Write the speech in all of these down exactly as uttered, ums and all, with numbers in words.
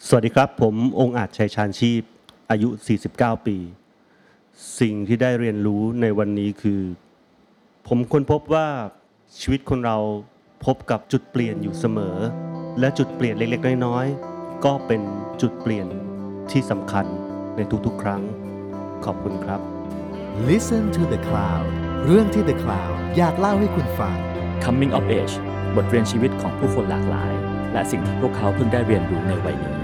สวัสดีครับผมองค์อาจชัยชาญชีพอายุสี่สิบเก้าปีสิ่งที่ได้เรียนรู้ในวันนี้คือผมค้นพบว่าชีวิตคนเราพบกับจุดเปลี่ยนอยู่เสมอและจุดเปลี่ยนเล็กๆน้อยๆก็เป็นจุดเปลี่ยนที่สำคัญในทุกๆครั้งขอบคุณครับ Listen to the Cloud เรื่องที่ The Cloud อยากเล่าให้คุณฟัง Coming of Age บทเรียนชีวิตของผู้คนหลากหลายและสิ่งที่พวกเขาเพิ่งได้เรียนรู้ในวัยนี้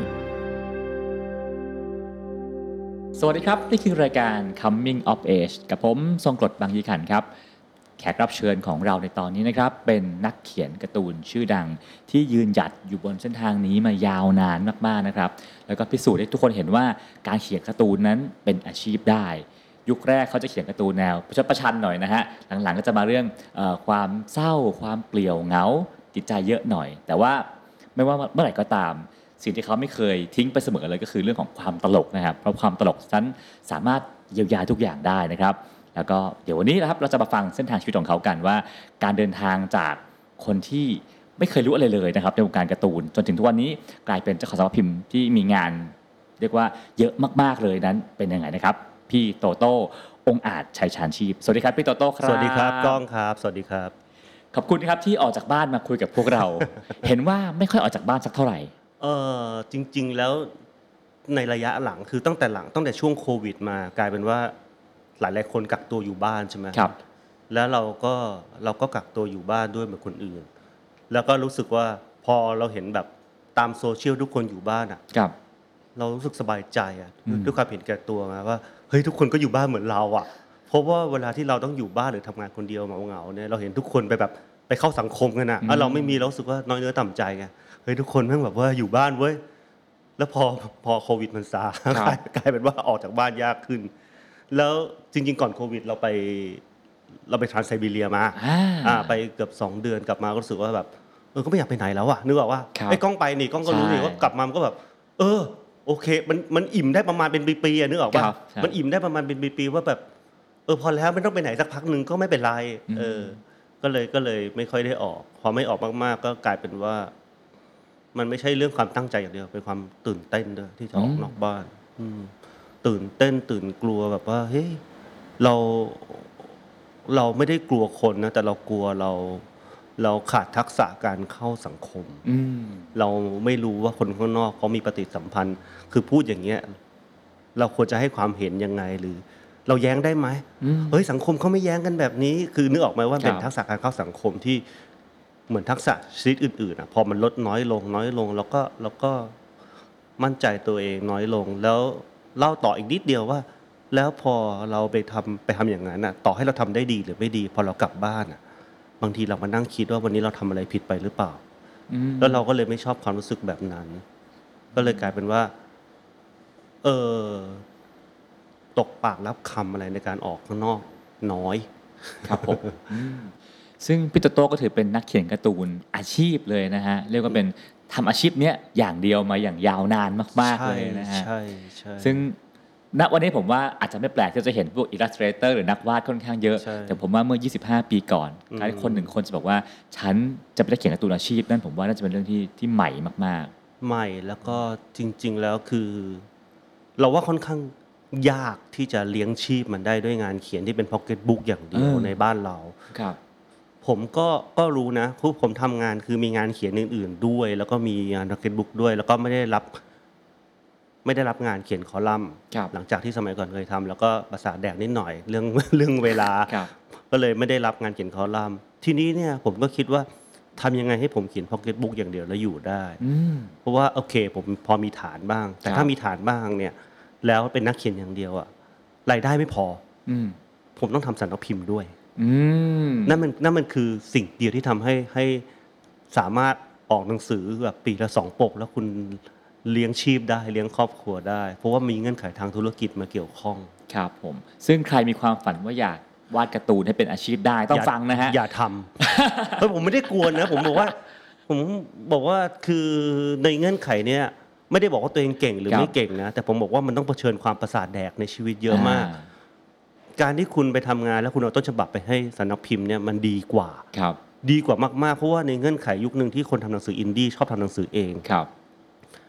สวัสดีครับนี่คือรายการ Coming of Age กับผมทรงกรดบางยี่ขันธ์ครับแขกรับเชิญของเราในตอนนี้นะครับเป็นนักเขียนการ์ตูนชื่อดังที่ยืนหยัดอยู่บนเส้นทางนี้มายาวนานมากๆนะครับแล้วก็พิสูจน์ให้ทุกคนเห็นว่าการเขียนการ์ตูนนั้นเป็นอาชีพได้ยุคแรกเขาจะเขียนการ์ตูนแนวประชดประชันหน่อยนะฮะหลังๆก็จะมาเรื่องเอ่อความเศร้าความเปลี่ยวเหงาจิตใจเยอะหน่อยแต่ว่าไม่ว่าเมื่อไหร่ก็ตามสิ่งที่เขาไม่เคยทิ้งไปเสมอเลยก็คือเรื่องของความตลกนะครับเพราะความตลกนั้นสามารถเยียวยาทุกอย่างได้นะครับแล้วก็เดี๋ยววันนี้นะครับเราจะมาฟังเส้นทางชีวิตของเขากันว่าการเดินทางจากคนที่ไม่เคยรู้อะไรเลยนะครับในวงการการ์ตูนจนถึงทุกวันนี้กลายเป็นเจ้าของสำนักพิมพ์ที่มีงานเรียกว่าเยอะมากๆเลยนั้นเป็นยังไงนะครับพี่โตโต้องค์อาจชัยชาญชีพสวัสดีครับพี่โตโต้ครับสวัสดีครับก้องครับสวัสดีครับขอบคุณครับที่ออกจากบ้านมาคุยกับพวกเรา เห็นว่าไม่ค่อยออกจากบ้านสักเท่าไหร่เออจริงๆแล้วในระยะหลังคือตั้งแต่หลังตั้งแต่ช่วงโควิดมากลายเป็นว่าหลายๆคนกักตัวอยู่บ้านใช่ไหมครับแล้วเราก็เราก็กักตัวอยู่บ้านด้วยเหมือนคนอื่นแล้วก็รู้สึกว่าพอเราเห็นแบบตามโซเชียลทุกคนอยู่บ้านอ่ะครับเรารู้สึกสบายใจอ่ะด้วยความเห็นแก่ตัวมาว่าเฮ้ยทุกคนก็อยู่บ้านเหมือนเราอ่ะเพราะว่าเวลาที่เราต้องอยู่บ้านหรือทำงานคนเดียวเหงาๆเนี่ยเราเห็นทุกคนไปแบบไปเข้าสังคมกันอ่ะเราไม่มีเรารู้สึกว่าน้อยเนื้อต่ำใจไงเฮ้ยทุกคนแม่งแบบว่าอยู่บ้านเว้ยแล้วพอพอโควิดมันซากลายเป็นว่าออกจากบ้านยากขึ้นแล้วจริงๆก่อนโควิดเราไปเราไปทรานส์ไซบีเรียมาอ่าไปเกือบสองเดือนกลับมาก็รู้สึกว่าแบบเออก็ไม่อยากไปไหนแล้วอ่ะนึกออกว่าไอ้กล้องไปนี่กล้องก็รู้นี่ว่ากลับมามันก็แบบเออโอเคมันมันอิ่มได้ประมาณเป็นปีๆนึกออกป่ะมันอิ่มได้ประมาณเป็นปีๆว่าแบบเออพอแล้วไม่ต้องไปไหนสักพักนึงก็ไม่เป็นไรเออก็เลยก็เลยไม่ค่อยได้ออกพอไม่ออกมากๆก็กลายเป็นว่ามันไม่ใช่เรื่องความตั้งใจอย่างเดียวเป็นความตื่นเต้นด้วยที่จะออกนอกบ้านตื่นเต้นตื่นกลัวแบบว่าเฮ้ยเราเราไม่ได้กลัวคนนะแต่เรากลัวเราเราขาดทักษะการเข้าสังคมเราไม่รู้ว่าคนข้างนอกเขามีปฏิสัมพันธ์คือพูดอย่างเงี้ยเราควรจะให้ความเห็นยังไงหรือเราแย้งได้ไหมเฮ้ยสังคมเขาไม่แย้งกันแบบนี้คือนึกออกไหมว่าเป็นทักษะการเข้าสังคมที่เหมือนทักษะชนิดอื่นๆอ่ะพอมันลดน้อยลงน้อยลงเราก็เราก็มั่นใจตัวเองน้อยลงแล้วเล่าต่ออีกนิดเดียวว่าแล้วพอเราไปทำไปทำอย่างนั้นอ่ะต่อให้เราทำได้ดีหรือไม่ดีพอเรากลับบ้านอ่ะบางทีเรามานั่งคิดว่าวันนี้เราทำอะไรผิดไปหรือเปล่าแล้วเราก็เลยไม่ชอบความรู้สึกแบบนั้นก็เลยกลายเป็นว่าเออตกปากรับคำอะไรในการออกข้างนอกน้อยครับผมซึ่งพี่โตโต้ก็ถือเป็นนักเขียนการ์ตูนอาชีพเลยนะฮะเรียกว่าเป็นทำอาชีพเนี้ยอย่างเดียวมาอย่างยาวนานมากๆเลยนะฮะใช่ใช่ซึ่งณวันนี้ผมว่าอาจจะไม่แปลกที่จะเห็นพวก Illustrator หรือนักวาดค่อนข้างเยอะแต่ผมว่าเมื่อยี่สิบห้าปีก่อนใครคนหนึ่งคนจะบอกว่าฉันจะเป็นนักเขียนการ์ตูนอาชีพนั่นผมว่าน่าจะเป็นเรื่องที่ที่ใหม่มากๆใหม่แล้วก็จริงๆแล้วคือเราว่าค่อนข้างยากที่จะเลี้ยงชีพมันได้ด้วยงานเขียนที่เป็นพ็อกเก็ตบุ๊กอย่างเดียวในบ้านเราครับผมก็ก็รู้นะคือผมทำงานคือมีงานเขียนอื่นๆด้วยแล้วก็มีงานพ็อกเก็ตบุ๊กด้วยแล้วก็ไม่ได้รับไม่ได้รับงานเขียนคอลัมน์หลังจากที่สมัยก่อนเคยทำแล้วก็ประสาทแดกนิดหน่อยเรื่องเรื่องเวลาก็เลยไม่ได้รับงานเขียนคอลัมน์ทีนี้เนี่ยผมก็คิดว่าทำยังไงให้ผมเขียนพ็อกเก็ตบุ๊กอย่างเดียวแล้วอยู่ได้เพราะว่าโอเคผมพอมีฐานบ้างแต่ถ้ามีฐานบ้างเนี่ยแล้วเป็นนักเขียนอย่างเดียวอะรายได้ไม่พอผมต้องทำสำนักพิมพ์ด้วยนั่นมันนั่นมันคือสิ่งเดียวที่ทำให้ให้สามารถออกหนังสือแบบปีละสองปกแล้วคุณเลี้ยงชีพได้เลี้ยงครอบครัวได้เพราะว่ามีเงื่อนไขทางธุรกิจมาเกี่ยวข้องครับผมซึ่งใครมีความฝันว่าอยากวาดการ์ตูนให้เป็นอาชีพได้ต้องฟังนะฮะอย่าทำเพราะผมไม่ได้กลัวนะผมบอกว่าผมบอกว่าคือในเงื่อนไขเนี้ยไม่ได้บอกว่าตัวเองเก่งหรือไม่เก่งนะแต่ผมบอกว่ามันต้องเผชิญความประสาทแดกในชีวิตเยอะมากการที่คุณไปทำงานแล้วคุณเอาต้นฉบับไปให้สำนักพิมพ์เนี่ยมันดีกว่าดีกว่ามากๆเพราะว่าในเงื่อนไขยุคนึงที่คนทำหนังสืออินดี้ชอบทำหนังสือเอง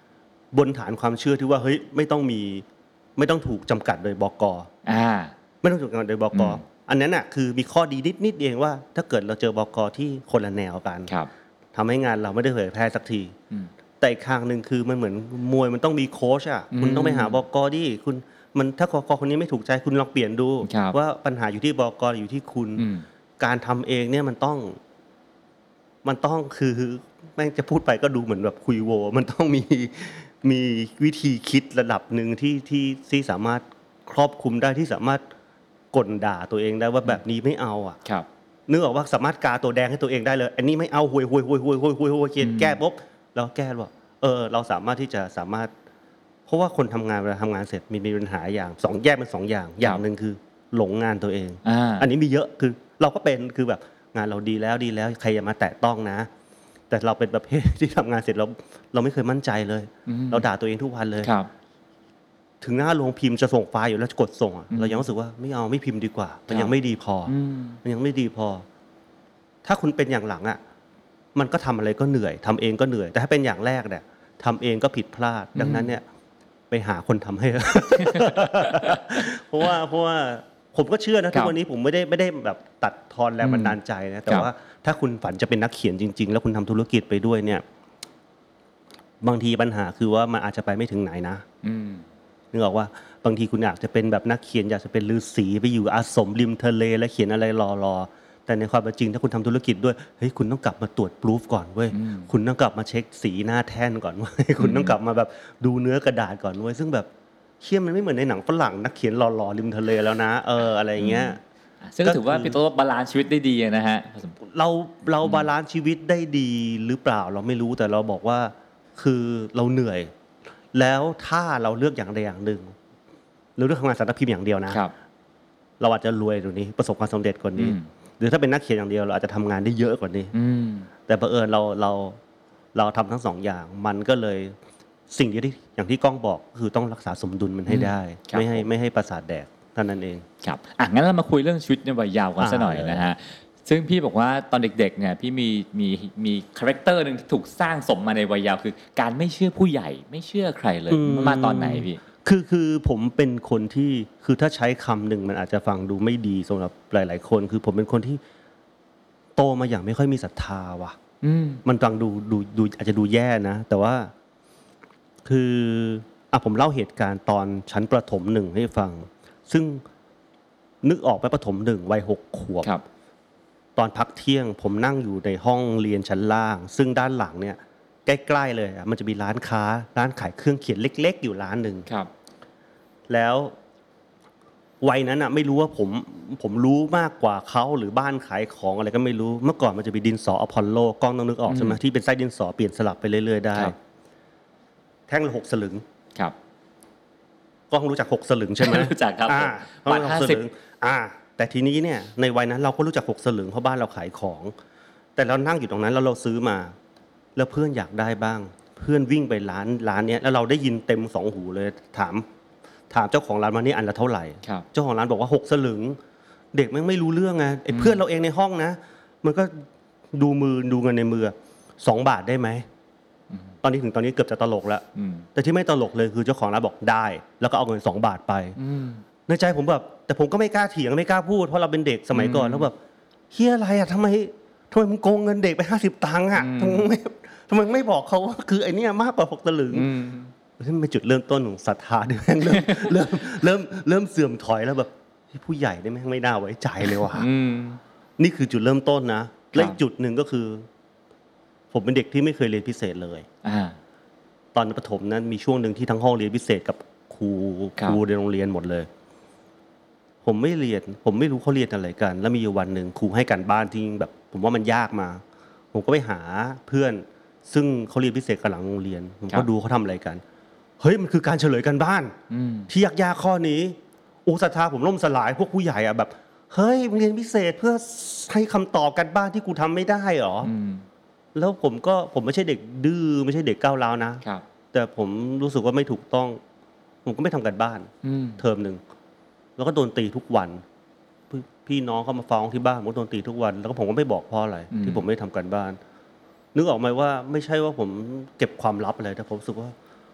บนฐานความเชื่อที่ว่าเฮ้ยไม่ต้องมีไม่ต้องถูกจำกัดโดยบก. อ่าไม่ต้องถูกจำกัดโดยบก.อันนั้นน่ะคือมีข้อดีนิดๆเองว่าถ้าเกิดเราเจอบก.ที่คนละแนวกันทำให้งานเราไม่ได้เผยแพร่สักทีแต่อีกทางนึงคือมันเหมือนมวยมันต้องมีโค้ชอ่ะคุณต้องไปหาบก.ดิคุณมันถ้าบก.คนนี้ไม่ถูกใจคุณลองเปลี่ยนดูว่าปัญหาอยู่ที่บก.อยู่ที่คุณการทำเองเนี่ยมันต้องมันต้องคือแม่งจะพูดไปก็ดูเหมือนแบบคุยโวมันต้องมีมีวิธีคิดระดับนึงที่ที่ที่สามารถครอบคลุมได้ที่สามารถกลด่าตัวเองได้ว่าแบบนี้ไม่เอาอ่ะนึกออกว่าสามารถกาตัวแดงให้ตัวเองได้เลยอันนี้ไม่เอาห่วยห่วยห่วยห่วยห่วยห่วยห่วยแก้ปุ๊บแล้วแก้ว่าเออเราสามารถที่จะสามารถเพราะว่าคนทำงานเวลาทำงานเสร็จมีมีปัญหาอย่างสองแยกเป็นสองอย่างอย่างนึงคือหลงงานตัวเองอันนี้มีเยอะคือเราก็เป็นคือแบบงานเราดีแล้วดีแล้วใครอย่ามาแตะต้องนะแต่เราเป็นประเภทที่ทำงานเสร็จเราเราไม่เคยมั่นใจเลยเราด่าตัวเองทุกวันเลยถึงหน้าโรงพิมพ์จะส่งไฟล์อยู่แล้วกดส่งเรายังรู้สึกว่าไม่เอาไม่พิมพ์ดีกว่ามันยังไม่ดีพอมันยังไม่ดีพอถ้าคุณเป็นอย่างหลังอ่ะมันก็ทำอะไรก็เหนื่อยทำเองก็เหนื่อยแต่ถ้าเป็นอย่างแรกเนี่ยทำเองก็ผิดพลาดดังนั้นเนี่ยไปหาคนทำให้ เพราะว่าเพราะว่าผมก็เชื่อนะทุกวันนี้ผมไม่ได้ไม่ได้แบบตัดทอนแรงบันดาลใจนะแต่ว่าถ้าคุณฝันจะเป็นนักเขียนจริงๆแล้วคุณทำธุรกิจไปด้วยเนี่ยบางทีปัญหาคือว่ามันอาจจะไปไม่ถึงไหนนะนึกออกว่าบางทีคุณอยากจะเป็นแบบนักเขียนอยากจะเป็นฤาษีไปอยู่อาสมริมทะเลและเขียนอะไรรอๆแต่ในความเป็นจริงถ้าคุณทำธุรกิจด้วยเฮ้ยคุณต้องกลับมาตรวจพรูฟก่อนเว้ยคุณต้องกลับมาเช็คสีหน้าแท่นก่อนเว้ยคุณต้องกลับมาแบบดูเนื้อกระดาษก่อนเว้ยซึ่งแบบเชี่ยมันไม่เหมือนในหนังฝรั่งนักเขียนหล่อๆริมทะเลแล้วนะเอออะไรเงี้ยซึ่งก็ถือว่าพี่โต๊ะบาลานซ์ชีวิตได้ดีนะฮะเราเราบาลานซ์ชีวิตได้ดีหรือเปล่าเราไม่รู้แต่เราบอกว่าคือเราเหนื่อยแล้วถ้าเราเลือกอย่างใดอย่างหนึ่งเราเลือกทำงานสำนักพิมพ์อย่างเดียวนะเราอาจจะรวยกว่านี้ประสบความสำเร็จกว่านี้หรือถ้าเป็นนักเขียนอย่างเดียวเราอาจจะทำงานได้เยอะกว่านี้แต่บังเอิญเราเราเราทำทั้งสองอย่างมันก็เลยสิ่งที่อย่างที่ก้องบอกคือต้องรักษาสมดุลมันให้ได้ไม่ให้ไม่ให้ประสาทแดกเท่านั้นเองครับอ่ะงั้นเรามาคุยเรื่องชีวิตในวัยเยาว์กันซะหน่อยนะฮะซึ่งพี่บอกว่าตอนเด็กๆเนี่ยพี่มีมีมีคาแรคเตอร์นึงที่ถูกสร้างสมมาในวัยเยาว์คือการไม่เชื่อผู้ใหญ่ไม่เชื่อใครเลยมาตอนไหนพี่คือคือผมเป็นคนที่คือถ้าใช้คำหนึ่งมันอาจจะฟังดูไม่ดีสำหรับหลายๆคนคือผมเป็นคนที่โตมาอย่างไม่ค่อยมีศรัทธาว่ะมันฟังดูดูดูอาจจะดูแย่นะแต่ว่าคืออ่ะผมเล่าเหตุการณ์ตอนชั้นประถมหนึ่งให้ฟังซึ่งนึกออกไปประถมหนึ่งวัยหกขวบตอนพักเที่ยงผมนั่งอยู่ในห้องเรียนชั้นล่างซึ่งด้านหลังเนี่ยใกล้ๆเลยอ่ะมันจะมีร้านค้าร้านขายเครื่องเขียนเล็กๆอยู่ร้านหนึ่งแล้ววัยนั้นอ่ะไม่รู้ว่าผมผมรู้มากกว่าเขาหรือบ้านขายของอะไรก็ไม่รู้เมื่อก่อนมันจะมีดินสออพอลโลกล้องต้องนึกออกใช่ไหมที่เป็นไส้ดินสอเปลี่ยนสลับไปเรื่อยๆได้แท่งละหกสลึงกล้องรู้จักหกสลึงใช่ไหมรู้จักครับบาทห้าสิบอ่าแต่ทีนี้เนี่ยในวัยนั้นเราก็รู้จักหกสลึงเพราะบ้านเราขายของแต่เรานั่งอยู่ตรงนั้นแล้วเราซื้อมาแล้วเพื่อนอยากได้บ้างเพื่อนวิ่งไปร้านร้านนี้แล้วเราได้ยินเต็มสองหูเลยถามถามเจ้าของร้านว่านี่อันละเท่าไหร่เจ้าของร้านบอกว่าหกสลึงเด็กแม่งไม่รู้เรื่องไงไอ้เพื่อนเราเองในห้องนะมันก็ดูมือดูเงินในมือสองบาทได้ไหมตอนนี้ถึงตอนนี้เกือบจะตลกแล้วแต่ที่ไม่ตลกเลยคือเจ้าของร้านบอกได้แล้วก็เอาเงินสองบาทไปในใจผมแบบแต่ผมก็ไม่กล้าเถียงไม่กล้าพูดเพราะเราเป็นเด็กสมัยก่อนแล้วแบบเฮียอะไรอ่ะทำไมทำไมมึงโกงเงินเด็กไปห้าสิบตังค์อ่ะทำไมไม่ทำไมไม่บอกเขาว่าคือไอ้นี่มากกว่าหกตะลึงนี่เป็นจุดเริ่มต้นของศรัทธาด้วยแม่งเริ่มเริ่มเริ่มเริ่มเสื่อมถอยแล้วแบบผู้ใหญ่ได้แม่งไม่น่าไว้ใจเลยว่ะนี่คือจุดเริ่มต้นนะและอีกจุดหนึ่งก็คือผมเป็นเด็กที่ไม่เคยเรียนพิเศษเลยตอนประถมนั้นมีช่วงหนึ่งที่ทั้งห้องเรียนพิเศษกับครูครูในโรงเรียนหมดเลยผมไม่เรียนผมไม่รู้เขาเรียนอะไรกันแล้วมีอยู่วันหนึ่งครูให้การบ้านที่แบบผมว่ามันยากมาผมก็ไปหาเพื่อนซึ่งเขาเรียนพิเศษกันหลังโรงเรียนผมก็ดูเขาทำอะไรกันเฮ้ยมันคือการเฉลยการบ้านที่ยากๆข้อนี้โอ้ศรัทธาผมล่มสลายพวกผู้ใหญ่อะแบบเฮ้ยมึงเรียนพิเศษเพื่อให้คำตอบการบ้านที่กูทำไม่ได้หรอแล้วผมก็ผมไม่ใช่เด็กดื้อไม่ใช่เด็กก้าวร้าวนะแต่ผมรู้สึกว่าไม่ถูกต้องผมก็ไม่ทำการบ้านเทอมนึงแล้วก็โดนตีทุกวันพี่น้องเขามาฟ้องที่บ้านผมโดนตีทุกวันแล้วก็ผมก็ไม่บอกเพราะอะไรที่ผมไม่ทำการบ้านนึกออกไหมว่าไม่ใช่ว่าผมเก็บความลับอะไรแต่ผมรู้สึกว่า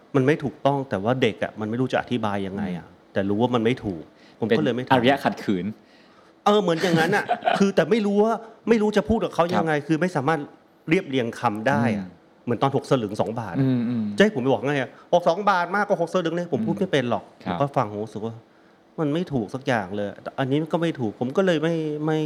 มันไม่ถูกต้องแต่ว่าเด็กอ่ะมันไม่รู้จะอธิบายยังไงอ่ะแต่รู้ว่ามันไม่ถูกผมก็เลยไม่ทำอารยะขัดขืนเออเหมือนอย่างนั้นอ่ะ คือแต่ไม่รู้ว่าไม่รู้จะพูดกับเขายังไงคือไม่สามารถเรียบเรียงคำได้อ่ะเหมือนตอนหกสลึงสองบาทจะให้ผมไปบอกไงอ่ะบอกสองบาทมากกว่าหกสลึงเลยผมพูดไม่เป็นหรอกผมก็ฟังผมรู้สึกว่ามันไม่ถูกสักอย่างเลยอันนี้ก็ไม่ถูกผมก็เลยไม่ไม่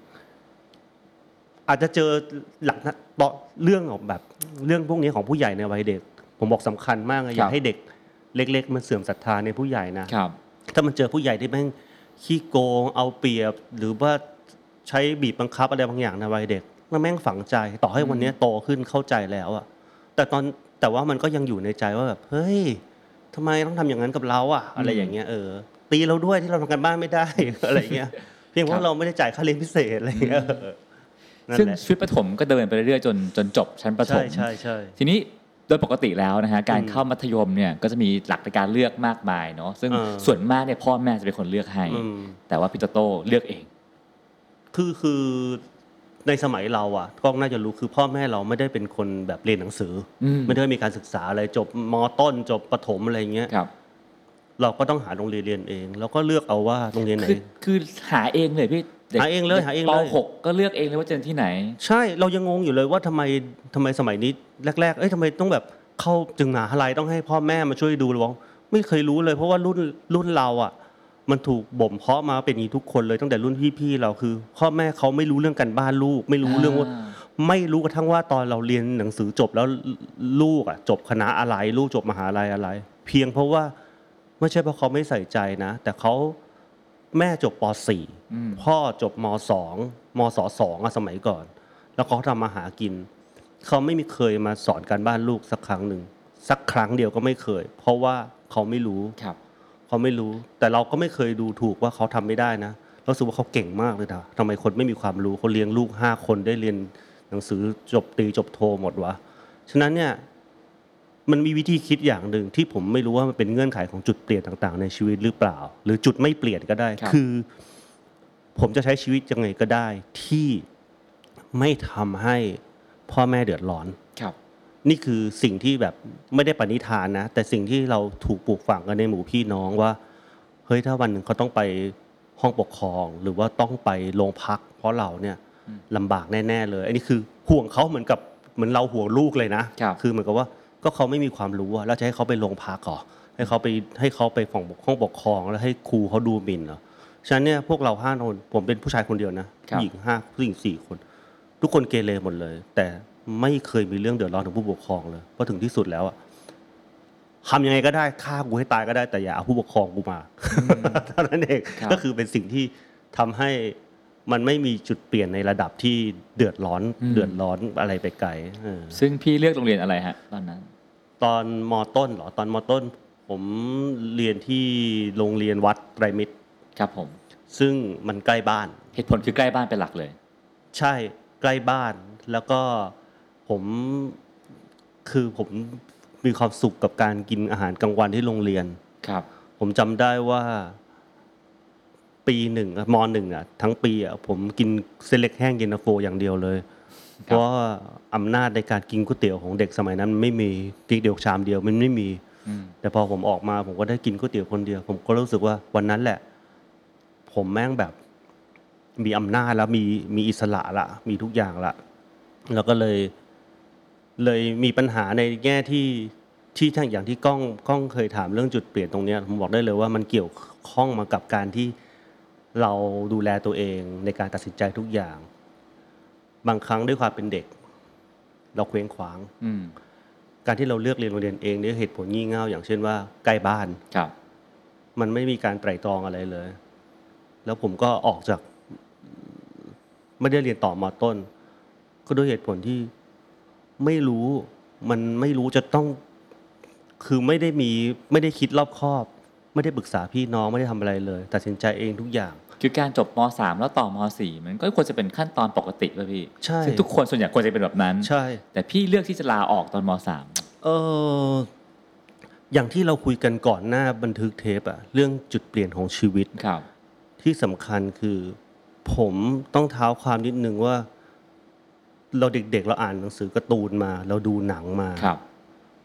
อาจจะเจอหลักนะเรื่องของแบบเรื่องพวกนี้ของผู้ใหญ่ในวัยเด็กผมบอกสำคัญมากอย่าให้เด็กเล็กๆมันเสื่อมศรัทธาในผู้ใหญ่นะถ้ามันเจอผู้ใหญ่ที่แม่งขี้โกงเอาเปรียบหรือว่าใช้บีบบังคับอะไรบางอย่างในวัยเด็กมันแม่งฝังใจต่อให้วันนี้โตขึ้นเข้าใจแล้วอะแต่ตอนแต่ว่ามันก็ยังอยู่ในใจว่าแบบเฮ้ยทำไมต้องทำอย่างนั้นกับเราอะอะไรอย่างเงี้ยเออตีเราด้วยที่เราทำกันบ้านไม่ได้อะไรเงี้ยเพียงเพราะเราไม่ได้จ่ายค่าเรียนพิเศษอะไรเงี้ยซึ่งชีวิตประถมก็เดินไปเรื่อยๆจนจนจบชั้นประถมใช่ใช่ทีนี้โดยปกติแล้วนะฮะการเข้ามัธยมเนี่ยก็จะมีหลักในการเลือกมากมายเนาะซึ่งส่วนมากเนี่ยพ่อแม่จะเป็นคนเลือกให้แต่ว่าพี่โตโต้เลือกเองคือคือในสมัยเราอ่ะก็น่าจะรู้คือพ่อแม่เราไม่ได้เป็นคนแบบเรียนหนังสือไม่ได้มีการศึกษาอะไรจบม.ต้นจบประถมอะไรเงี้ยเราก็ต้องหาโรงเรียนเรียนเองแล้วก็เลือกเอาว่าโรงเรียนไหนคือหาเองเลยพี่หาเองเลยหาเองเลยป.หกก็เลือกเองเลยว่าจะที่ไหนใช่เรายังงงอยู่เลยว่าทำไมทำไมสมัยนี้แรกๆเอ้ยทำไมต้องแบบเข้าจึงมหาลัยต้องให้พ่อแม่มาช่วยดูหรือว่าไม่เคยรู้เลยเพราะว่ารุ่นรุ่นเราอ่ะมันถูกบ่มเพาะมาเป็นอย่างนี้ทุกคนเลยตั้งแต่รุ่นพี่ๆเราคือพ่อแม่เขาไม่รู้เรื่องการบ้านลูกไม่รู้เรื่องว่าไม่รู้กระทั่งว่าตอนเราเรียนหนังสือจบแล้วลูกอ่ะจบคณะอะไรลูกจบมหาลัยอะไรเพียงเพราะว่าไม่ใช่เพราะเขาไม่ใส่ใจนะแต่เขาแม่จบป.สี่ พ่อจบม.สอง ม.ศ.สองสมัยก่อนแล้วเขาทำมาหากินเขาไม่มีเคยมาสอนการบ้านลูกสักครั้งหนึ่งสักครั้งเดียวก็ไม่เคยเพราะว่าเขาไม่รู้เขาไม่รู้แต่เราก็ไม่เคยดูถูกว่าเขาทำไม่ได้นะเราสึกว่าเขาเก่งมากเลยนะทำไมคนไม่มีความรู้เขาเลี้ยงลูกห้าคนได้เรียนหนังสือจบตรีจบโทหมดวะฉะนั้นเนี่ยมันมีวิธีคิดอย่างหนึ่งที่ผมไม่รู้ว่ามันเป็นเงื่อนไขของจุดเปลี่ยนต่างๆในชีวิตหรือเปล่าหรือจุดไม่เปลี่ยนก็ได้คือผมจะใช้ชีวิตยังไงก็ได้ที่ไม่ทำให้พ่อแม่เดือดร้อนนี่คือสิ่งที่แบบไม่ได้ปณิธานนะแต่สิ่งที่เราถูกปลูกฝังกันในหมู่พี่น้องว่าเฮ้ยถ้าวันหนึ่งเขาต้องไปห้องปกครองหรือว่าต้องไปโรงพักเพราะเราเนี่ยลำบากแน่ๆเลยอันนี้คือห่วงเขาเหมือนกับเหมือนเราห่วงลูกเลยนะคือเหมือนกับว่าก็เขาไม่มีความรู้อะแล้วจะให้เขาไปโรงพักเหรอให้เขาไปให้เขาไปฝั่งห้องปกครองแล้วให้ครูเขาดูหมิ่นเหรอฉะนั้นเนี่ยพวกเราห้าคนผมเป็นผู้ชายคนเดียวนะผู้หญิงห้าผู้หญิงสี่คนทุกคนเกเรหมดเลยแต่ไม่เคยมีเรื่องเดือดร้อนถึงผู้ปกครองเลยเพราะถึงที่สุดแล้วอะทำยังไงก็ได้ฆ่ากูให้ตายก็ได้แต่อย่าเอาผู้ปกครองกูมาเท่านั้นเองก็คือเป็นสิ่งที่ทำให้มันไม่มีจุดเปลี่ยนในระดับที่เดือดร้อนเดือดร้อนอะไรไปไกลซึ่งพี่เลือกโรงเรียนอะไรฮะตอนนั้นตอนม.ต้นเหรอตอนม.ต้นผมเรียนที่โรงเรียนวัดไตรมิตรครับผมซึ่งมันใกล้บ้านเหตุผลคือใกล้บ้านเป็นหลักเลยใช่ใกล้บ้านแล้วก็ผมคือผมมีความสุขกับการกินอาหารกลางวันที่โรงเรียนครับผมจำได้ว่าปีหนึ่งม.หนึ่งอ่ะทั้งปีอ่ะผมกินเส้นเล็กแห้งเย็นตาโฟอย่างเดียวเลยเพราะอำนาจในการกินก๋วยเตี๋ยวของเด็กสมัยนั้นไม่มีกินเดียวชามเดียวมันไม่มีแต่พอผมออกมาผมก็ได้กินก๋วยเตี๋ยวคนเดียวผมก็รู้สึกว่าวันนั้นแหละผมแม่งแบบมีอำนาจแล้วมีมีอิสระละมีทุกอย่างละแล้วก็เลยเลยมีปัญหาในแง่ที่ที่ทั้งอย่างที่ก้องก้องเคยถามเรื่องจุดเปลี่ยนตรงนี้ผมบอกได้เลยว่ามันเกี่ยวข้องมากับการที่เราดูแลตัวเองในการตัดสินใจทุกอย่างบางครั้งด้วยความเป็นเด็กเราเคว้งคว้างการที่เราเลือกเรียนโรงเรียนเองด้วยเหตุผลงี่เง่าอย่างเช่นว่าใกล้บ้านมันไม่มีการไตร่ตรองอะไรเลยแล้วผมก็ออกจากไม่ได้เรียนต่อม.ต้นก็ด้วยเหตุผลที่ไม่รู้มันไม่รู้จะต้องคือไม่ได้มีไม่ได้คิดรอบคอบไม่ได้ปรึกษาพี่น้องไม่ได้ทำอะไรเลยตัดสินใจเองทุกอย่างคือการจบม.สาม แล้วต่อม.สี่ มันก็ควรจะเป็นขั้นตอนปกติป่ะพี่ใช่ซึ่งทุกคนส่วนใหญ่ควรจะเป็นแบบนั้นใช่แต่พี่เลือกที่จะลาออกตอนม.สามเอออย่างที่เราคุยกันก่อนหน้าบันทึกเทปอะเรื่องจุดเปลี่ยนของชีวิตที่สำคัญคือผมต้องเท้าความนิดนึงว่าเราเด็กๆเราอ่านหนังสือการ์ตูนมาเราดูหนังมา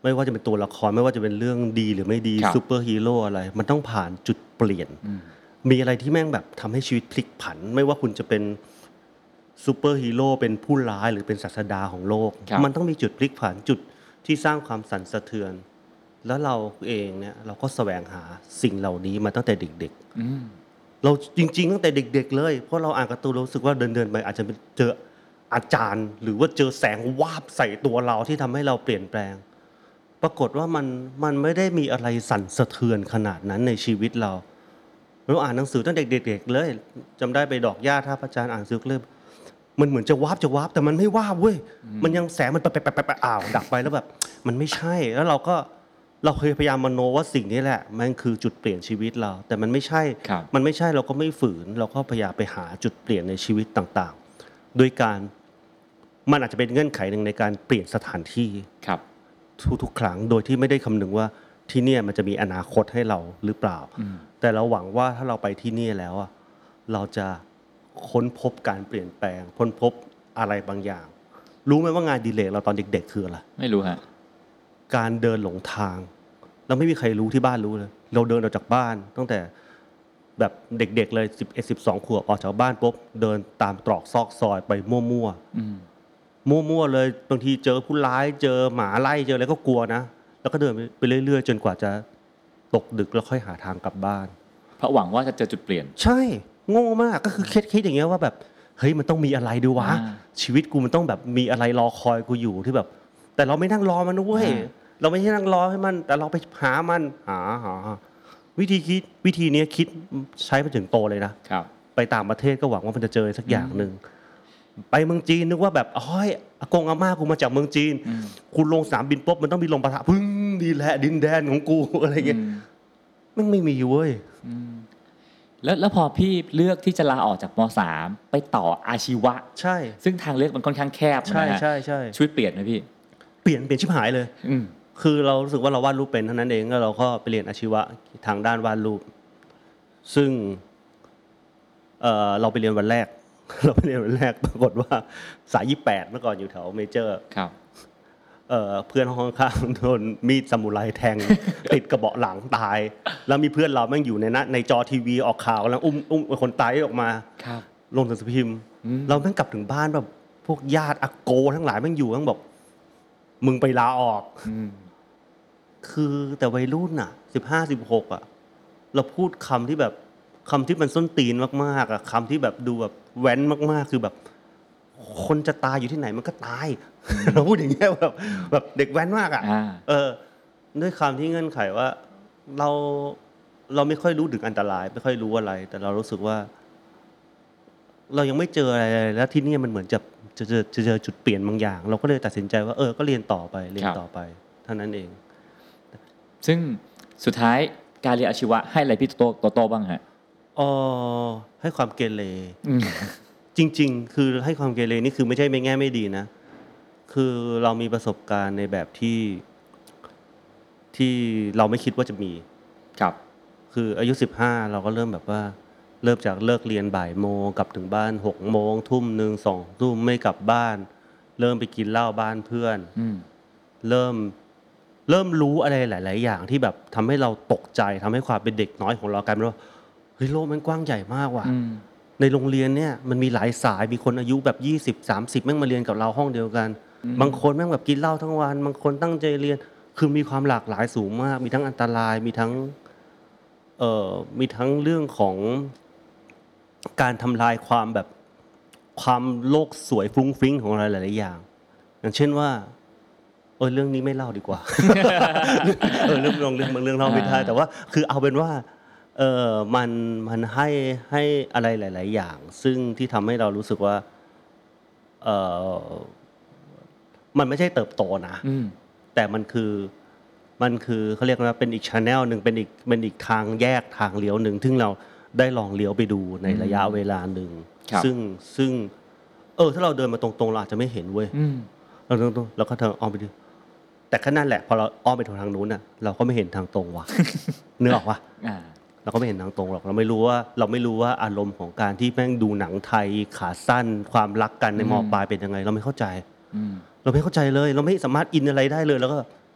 ไม่ว่าจะเป็นตัวละครไม่ว่าจะเป็นเรื่องดีหรือไม่ดีครับซูเปอร์ฮีโร่อะไรมันต้องผ่านจุดเปลี่ยนอืมมีอะไรที่แม่งแบบทำให้ชีวิตพลิกผัน ไม่ว่าคุณจะเป็นซูเปอร์ฮีโร่เป็นผู้ร้ายหรือเป็นศาสดาของโลกครับมันต้องมีจุดพลิกผันจุดที่สร้างความสั่นสะเทือน แล้วเราเองเนี่ยเราก็แสวงหาสิ่งเหล่านี้มาตั้งแต่เด็กอืมๆเราจริงๆตั้งแต่เด็กๆเลยเพราะเราอ่านการ์ตูนเรารู้สึกว่าเดินๆไปอาจจะเจออาจารย์ หรือว่าเจอแสงวาบใส่ตัวเราที่ทำให้เราเปลี่ยนแปลง ปรากฏว่ามันมันไม่ได้มีอะไรสั่นสะเทือนขนาดนั้นในชีวิตเราเราอ่านหนังสือตั้งแต่เด็กๆเลยจำได้ไปดอกหญ้าท่าพระจันทร์อ่านหนังสือเล่มมันเหมือนจะวาบจะวาบแต่มันไม่วาบเว้ยมันยังแสงมันแปะๆๆๆอ้าวดับไปแล้วแบบมันไม่ใช่แล้วเราก็เราเคยพยายามมโนว่าสิ่งนี้แหละมันคือจุดเปลี่ยนชีวิตเรา แต่มันไม่ใช่ครับมันไม่ใช่เราก็ไม่ฝืนเราก็พยายามไปหาจุดเปลี่ยนในชีวิตต่างๆโดยการมันอาจจะเป็นเงื่อนไขหนึ่งในการเปลี่ยนสถานที่ครับทุกๆครั้งโดยที่ไม่ได้คำนึงว่าที่เนี่ยมันจะมีอนาคตให้เราหรือเปล่าอืมแต่เราหวังว่าถ้าเราไปที่นี่แล้วอะเราจะค้นพบการเปลี่ยนแปลงค้นพบอะไรบางอย่าง รู้ไหมว่างานอดีเลกเราตอนเด็กๆคืออะไรไม่รู้ฮะการเดินหลงทาง เราไม่มีใครรู้ที่บ้านรู้เลย เราเดินออกจากบ้านตั้งแต่แบบเด็กๆเลยสิบเอ็ด สิบสองขวบออกจากบ้านปุ๊บเดินตามตรอกซอกซอยไปมั่วๆอืมมั่วๆเลยบางทีเจอผู้ร้ายเจอหมาไล่เจออะไรก็กลัวนะแล้วก็เดินไปเรื่อยๆจนกว่าจะตกดึกแล้วค่อยหาทางกลับบ้านเพราะหวังว่าจะเจอจุดเปลี่ยนใช่โง่มากก็คือคิดคิดอย่างเงี้ยว่าแบบเฮ้ยมันต้องมีอะไรดูวะอ่าชีวิตกูมันต้องแบบมีอะไรรอคอยกูอยู่ที่แบบ แต่เราไม่นั่งรอมันนะเว้ยอ่าเราไม่ใช่นั่งรอให้มัน แต่เราไปหามันหาหาวิธีคิดวิธีเนี้ยคิดใช้ไปถึงโตเลยนะครับ ไปต่างประเทศก็หวังว่ามันจะเจอสักอย่างหนึ่งไปเมืองจีนนึกว่าแบบอ๋อยอากงอาม่ากูมาจากเมืองจีนอืมคุณลงสนามบินปุ๊บมันต้องมีลมปะทะพึ่งดีแหละดินแดนของกูอะไรเงี้ยอืมแม่งไม่มีเว้ยอืมแล้วแล้วพอพี่เลือกที่จะลาออกจากมสามไปต่ออาชีวะใช่ซึ่งทางเลือกมันค่อนข้างแคบใช่นะฮะใช่ใช่ชีวิตเปลี่ยนไหมพี่เปลี่ยนเปลี่ยนชิบหายเลยอืมคือเรารู้สึกว่าเราวาดรูปเป็นเท่านั้นเองแล้วเราก็ไปเรียนอาชีวะทางด้านวาดรูป ซึ่งเออเราไปเรียนวันแรก เราไปเรียนวันแรกปรากฏว่าสายยี่แปดเมื่อก่อนอยู่แถวเมเจอร์ครับเอ่อเพื่อนห้องข้างๆโดนมีดซามูไรแทง ติดกระเบาะหลังตาย แล้วมีเพื่อนเราแม่งอยู่ในนั้นในจอทีวีออกข่าวแล้วอุ้มอุ้มคนตายออกมาครับลงหนังสือพิมพ์อืมเราแม่งกลับถึงบ้านแบบพวกญาติอาโกทั้งหลายแม่งอยู่แม่งบอกมึงไปลาออกอืมคือแต่วัยรุ่นอ่ะสิบห้าสิบหกอ่ะเราพูดคำที่แบบคำที่มันส้นตีนมากๆอ่ะคำที่แบบดูแบบแว้นมากๆ คือแบบ คนจะตายอยู่ที่ไหนมันก็ตาย เราพูดอย่างเงี้ยแบบแบบเด็กแว้นมากอ่ะอ่าเออด้วยคำที่เงื่อนไขว่า เราเราไม่ค่อยรู้ถึงอันตราย ไม่ค่อยรู้อะไร แต่เรารู้สึกว่า เรายังไม่เจออะไรเลยแล้วที่นี่มันเหมือนจะจะเจอจะเจอจุดเปลี่ยนบางอย่าง เราก็เลยตัดสินใจว่าเออก็เรียนต่อไปเรียนต่อไปเท่านั้นเองซึ่งสุดท้ายการเรียนอาชีวะให้อะไรพี่โตโตโตบ้างฮะเออให้ความเกเรอืมจริง ๆ คือให้ความเกเรนี่คือไม่ใช่ไม่แง่ไม่ดีนะ คือเรามีประสบการณ์ในแบบที่ที่เราไม่คิดว่าจะมีครับคืออายุสิบห้าเราก็เริ่มแบบว่า เริ่มจากเลิกเรียนบ่ายโมงกลับถึงบ้านหกโมงทุ่มหนึ่งสองทุ่มไม่กลับบ้าน เริ่มไปกินเหล้าบ้านเพื่อนอืมเริ่มเริ่มรู้อะไรหลาย ๆ อย่างที่แบบทำให้เราตกใจทำให้ความเป็นเด็กน้อยของเรากลายเป็นว่าเฮ้ยโลกมันกว้างใหญ่มากว่ะอืมในโรงเรียนเนี่ยมันมีหลายสายมีคนอายุแบบยี่สิบ สามสิบแม่งมาเรียนกับเราห้องเดียวกันอืมบางคนแม่งแบบกินเหล้าทั้งวันบางคนตั้งใจเรียนคือมีความหลากหลายสูงมาก มีทั้งอันตรายมีทั้งเอ่อมีทั้งเรื่องของการทำลายความแบบความโลกสวยฟรุ้งฟริ้งของอะไรหลาย ๆ อย่าง อย่างเช่นว่าเออเรื่องนี้ไม่เล่าดีกว่า เออเรื่องลองเรื่องบางเรื่องเล่าไม่ได้แต่ว่าคือเอาเป็นว่าเออมันมันให้ให้อะไรหลาย ๆ อย่าง ซึ่งที่ทำให้เรารู้สึกว่าเออมันไม่ใช่เติบโตนะอืมแต่มันคือมันคือเขาเรียกว่าเป็นอีกชาแนลหนึ่งเป็นอีกเป็นอีกทางแยกทางเลี้ยวหนึ่งซึ่งเราได้ลองเลี้ยวไปดูในระยะเวลาหนึ่งครับซึ่งซึ่งเออถ้าเราเดินมาตรงๆเราอาจจะไม่เห็นเว้ยอืมเราตรงๆเราก็เดินอ้อมไปดูแต่ก็นั่นแหละพอเราอ้อมไปทางนู้นน่ะเราก็ไม่เห็นทางตรงว่ะ นึกออกปะอ่าเราก็ไม่เห็นทางตรงหรอกเราไม่รู้ว่าเราไม่รู้ว่าอารมณ์ของการที่แม่งดูหนังไทยขาสั้นความรักกันในอืมมปลายเป็นยังไง เราไม่เข้าใจอืมเราไม่เข้าใจเลย เราไม่สามารถอินอะไรได้เลยแล้วก็ เอ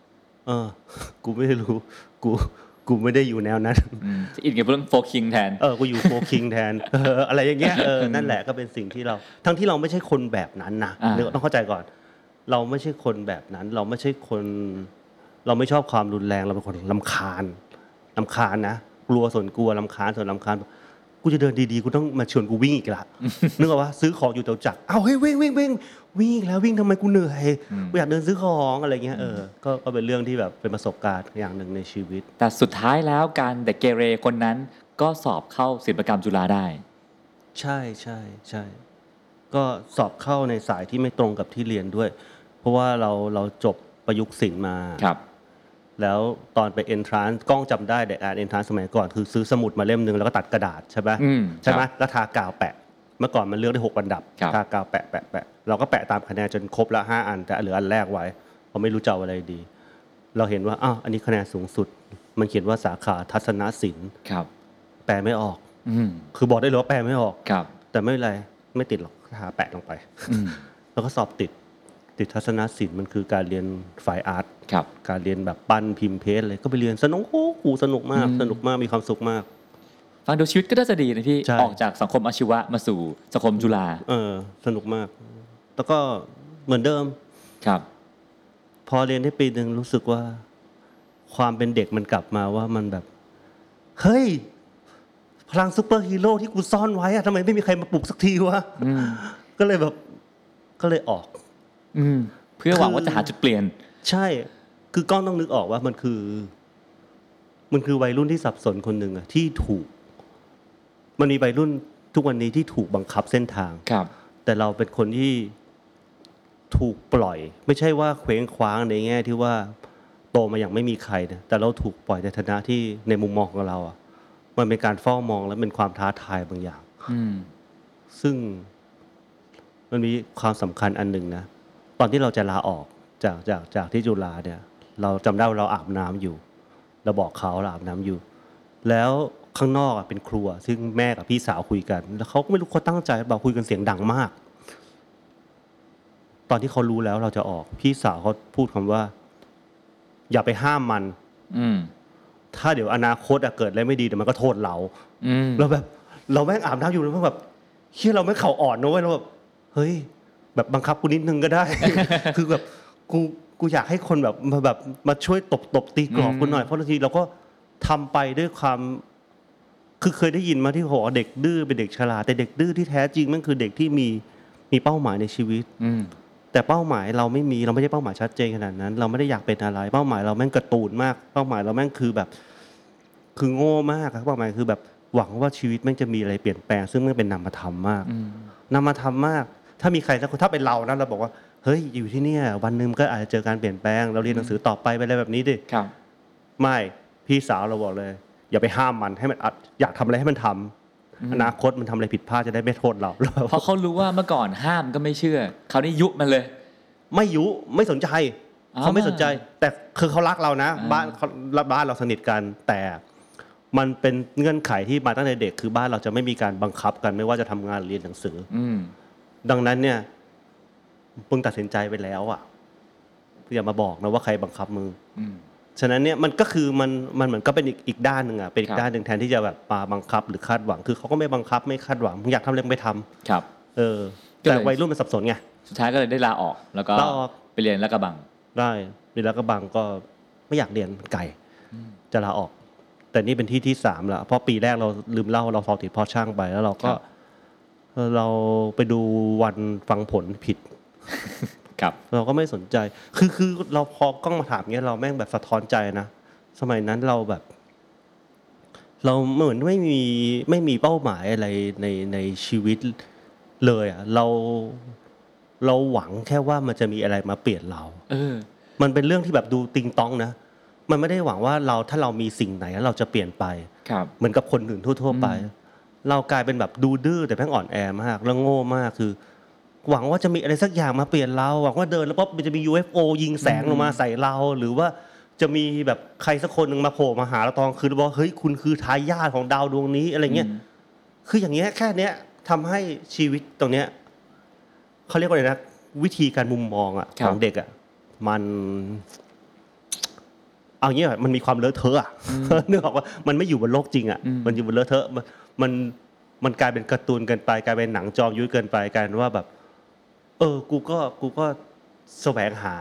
เออกูไม่รู้กูกูไม่ได้อยู่แนวนั้นจะอินกับเรื่องโฟคิงแทนเออกูอยู่โฟคิงแทนเอออะไรอย่างเงี้ยเออนั่นแหละก็เป็นสิ่งที่เราทั้งที่เราไม่ใช่คนแบบนั้นนะต้องเข้าใจก่อนเราไม่ใช่คนแบบนั้นเราไม่ใช่คนเราไม่ชอบความรุนแรงเราเป็นคนรำคาญรำคาญนะกลัวส่วนกลัวรำคาญส่วนรำคาญกูจะเดินดีๆกูต้องมาชวนกูวิ่งอีกละนึกออกปะซื้อของอยู่แถวจักรเอ้าเฮ้ยวิ่งวิ่งวิ่งวิ่งแล้ววิ่งทำไมกูเหนื่อยกูอยากเดินซื้อของอะไรเงี้ยเออก็ก็เป็นเรื่องที่แบบเป็นประสบการณ์อย่างหนึ่งในชีวิตแต่สุดท้ายแล้วการเด็กเกเรคนนั้นก็สอบเข้าศิลปกรรมจุฬาได้ใช่ใช่ใช่ก็สอบเข้าในสายที่ไม่ตรงกับที่เรียนด้วยเพราะว่าเราเราจบประยุกต์ศิลป์มาครับแล้วตอนไป entrance กล้องจำได้เด็กอ่าน entrance สมัยก่อนคือซื้อสมุดมาเล่มนึงแล้วก็ตัดกระดาษใช่ไหมใช่ไหมแล้วทากาวแปะเมื่อก่อนมันเลือกได้หกอันดับทากาวแปะแปะแปะเราก็แปะตามคะแนนจนครบละห้าอันแต่เหลืออันแรกไว้เพราะไม่รู้จะเอาอะไรดีเราเห็นว่าอ้าวอันนี้คะแนนสูงสุดมันเขียนว่าสาขาทัศนศิลป์แปลไม่ออกคือบอกได้เลยว่าแปลไม่ออกแต่ไม่เป็นไรไม่ติดหรอกทาแปะลงไปแล้วก็สอบติดติดทัศนศิลป์มันคือการเรียนฝ่ายอาร์ตการเรียนแบบปั้นพิมพ์เพจอะไรก็ไปเรียนสนุกโอ้โหสนุกมากสนุกมากมีความสุขมากฟังดูชีวิตก็น่าจะดีนะพี่ออกจากสังคมอาชีวะมาสู่สังคมจุฬาเออสนุกมากแล้วก็เหมือนเดิมครับพอเรียนได้ปีนึงรู้สึกว่าความเป็นเด็กมันกลับมาว่ามันแบบเฮ้ยพลังซุปเปอร์ฮีโร่ที่กูซ่อนไว้อะทำไมไม่มีใครมาปลุกสักทีวะก็เลยแบบก็เลยออกเพื่อหวังว่าจะหาจุดเปลี่ยนใช่คือก้องต้องนึกออกว่ามันคือมันคือวัยรุ่นที่สับสนคนหนึ่งอะที่ถูกมันมีวัยรุ่นทุกวันนี้ที่ถูกบังคับเส้นทางแต่เราเป็นคนที่ถูกปล่อยไม่ใช่ว่าเคว้งคว้างในแง่ที่ว่าโตมาอย่างไม่มีใครนะแต่เราถูกปล่อยในฐานะที่ในมุมมองของเราอะมันเป็นการเฝ้ามองและเป็นความท้าทายบางอย่างซึ่งมันมีความสำคัญอันหนึ่งนะตอนที่เราจะลาออกจากจากจากที่จุฬาเนี่ยเราจำได้ว่าเราอาบน้ำอยู่เราบอกเขาเราอาบน้ำอยู่แล้วข้างนอกเป็นครัวซึ่งแม่กับพี่สาวคุยกันแล้วเขาก็ไม่รู้เขาตั้งใจบอกคุยกันเสียงดังมากตอนที่เขารู้แล้วเราจะออกพี่สาวเขาพูดคำว่าอย่าไปห้ามมันถ้าเดี๋ยวอนาคตเกิดอะไรไม่ดีเดี๋ยวมันก็โทษเราแล้วแบบเราแม่งอาบน้ำอยู่แล้วแบบเฮ้ยเราไม่เข่าอ่อนนะเว้ยเราแบบเฮ้ยแบบบังคับกูนิดนึงก็ได้ คือแบบกูกูอยากให้คนแบบมาแบบมาช่วยตบตบตีกรอบกูหน่อยเพราะบางทีเราก็ทำไปด้วยความคือเคยได้ยินมาที่บอกว่าเด็กดื้อเป็นเด็กฉลาดแต่เด็กดื้อที่แท้จริงมันคือเด็กที่มีมีเป้าหมายในชีวิตแต่เป้าหมายเราไม่มีเราไม่ได้เป้าหมายชัดเจนขนาดนั้นเราไม่ได้อยากเป็นอะไรเป้าหมายเราแม่งการ์ตูนมากเป้าหมายเราแม่งคือแบบคือโง่มากเป้าหมายคือแบบหวังว่าชีวิตแม่งจะมีอะไรเปลี่ยนแปลงซึ่งมันเป็นนามธรรมมากนามธรรมมากถ้ามีใครสักคนถ้าเป็นเรานะเราบอกว่าเฮ้ยอยู่ที่นี่วันนึงก็อาจจะเจอการเปลี่ยนแปลงเราเรียนหนังสือต่อไปไปอะไรแบบนี้ดิไม่พี่สาวเราบอกเลยอย่าไปห้ามมันให้มันอยากทำอะไรให้มันทำอนาคตมันทำอะไรผิดพลาดจะได้ไม่โทษเราเพราะเขารู้ว่าเมื่อก่อนห้ามก็ไม่เชื่อเขานี่ยุมันเลยไม่ยุไม่สนใจเขาไม่สนใจแต่คือเขารักเรานะบ้านบ้านเราสนิทกันแต่มันเป็นเงื่อนไขที่มาตั้งแต่เด็กคือบ้านเราจะไม่มีการบังคับกันไม่ว่าจะทำงานเรียนหนังสือดังนั้นเนี่ยมึงตัดสินใจไปแล้วอ่ะอย่ามาบอกนะว่าใครบังคับมึงฉะนั้นเนี่ยมันก็คือมันมันเหมือนก็เป็นอีกอีกด้านหนึ่งอ่ะเป็นอีกด้านหนึ่งแทนที่จะแบบมาบังคับหรือคาดหวังคือเขาก็ไม่บังคับไม่คาดหวังมึงอยากทำอะไรมึงไปทำครับเออแต่วัยรุ่นมันสับสนไงสุดท้ายก็เลยได้ลาออกแล้วก็ไปเรียนลาดกระบังได้เรียนลาดกระบังก็ไม่อยากเรียนไกลจะลาออกแต่นี่เป็นที่ที่สามแล้วเพราะปีแรกเราลืมเล่าเราสอบติดพอช่างไปแล้วเราก็เราไปดูวันฟังผลผิดครับเราก็ไม่สนใจคือคือเราพอกล้องมาถามเงี้ยเราแม่งแบบสะท้อนใจนะสมัยนั้นเราแบบเราเหมือนไม่มีไม่มีเป้าหมายอะไรในในชีวิตเลยอ่ะเราเราหวังแค่ว่ามันจะมีอะไรมาเปลี่ยนเราเออมันเป็นเรื่องที่แบบดูติงตองนะมันไม่ได้หวังว่าเราถ้าเรามีสิ่งไหนแล้วเราจะเปลี่ยนไปเหมือนกับคนอื่นทั่วๆไปเรากลายเป็นแบบดูดื้อแต่แม่งอ่อนแอมากแล้วโง่มากคือหวังว่าจะมีอะไรสักอย่างมาเปลี่ยนเราหวังว่าเดินแล้วปุ๊บมันจะมี ยู เอฟ โอ ยิงแสงลงมาใส่เราหรือว่าจะมีแบบใครสักคนนึงมาโผล่มาหาเราตอนคืนบอกเฮ้ยคุณคือทายาทของดาวดวงนี้อะไรเงี้ยคืออย่างเงี้ยแค่เนี้ยทำให้ชีวิตตรงเนี้ยเขาเรียกว่าอะไรนะวิธีการมุมมองอ่ะของเด็กอ่ะมันเอางี้มันมีความเลอะเทอะอ่ะนึกออกว่ามันไม่อยู่บนโลกจริงอ่ะมันอยู่บนเลอะเทอะมันมันกลายเป็นการ์ตูนเกินไปกลายเป็นหนังจอมยุทธเกินไปกลายเป็นว่าแบบเออกูก็กูก็แสวงหา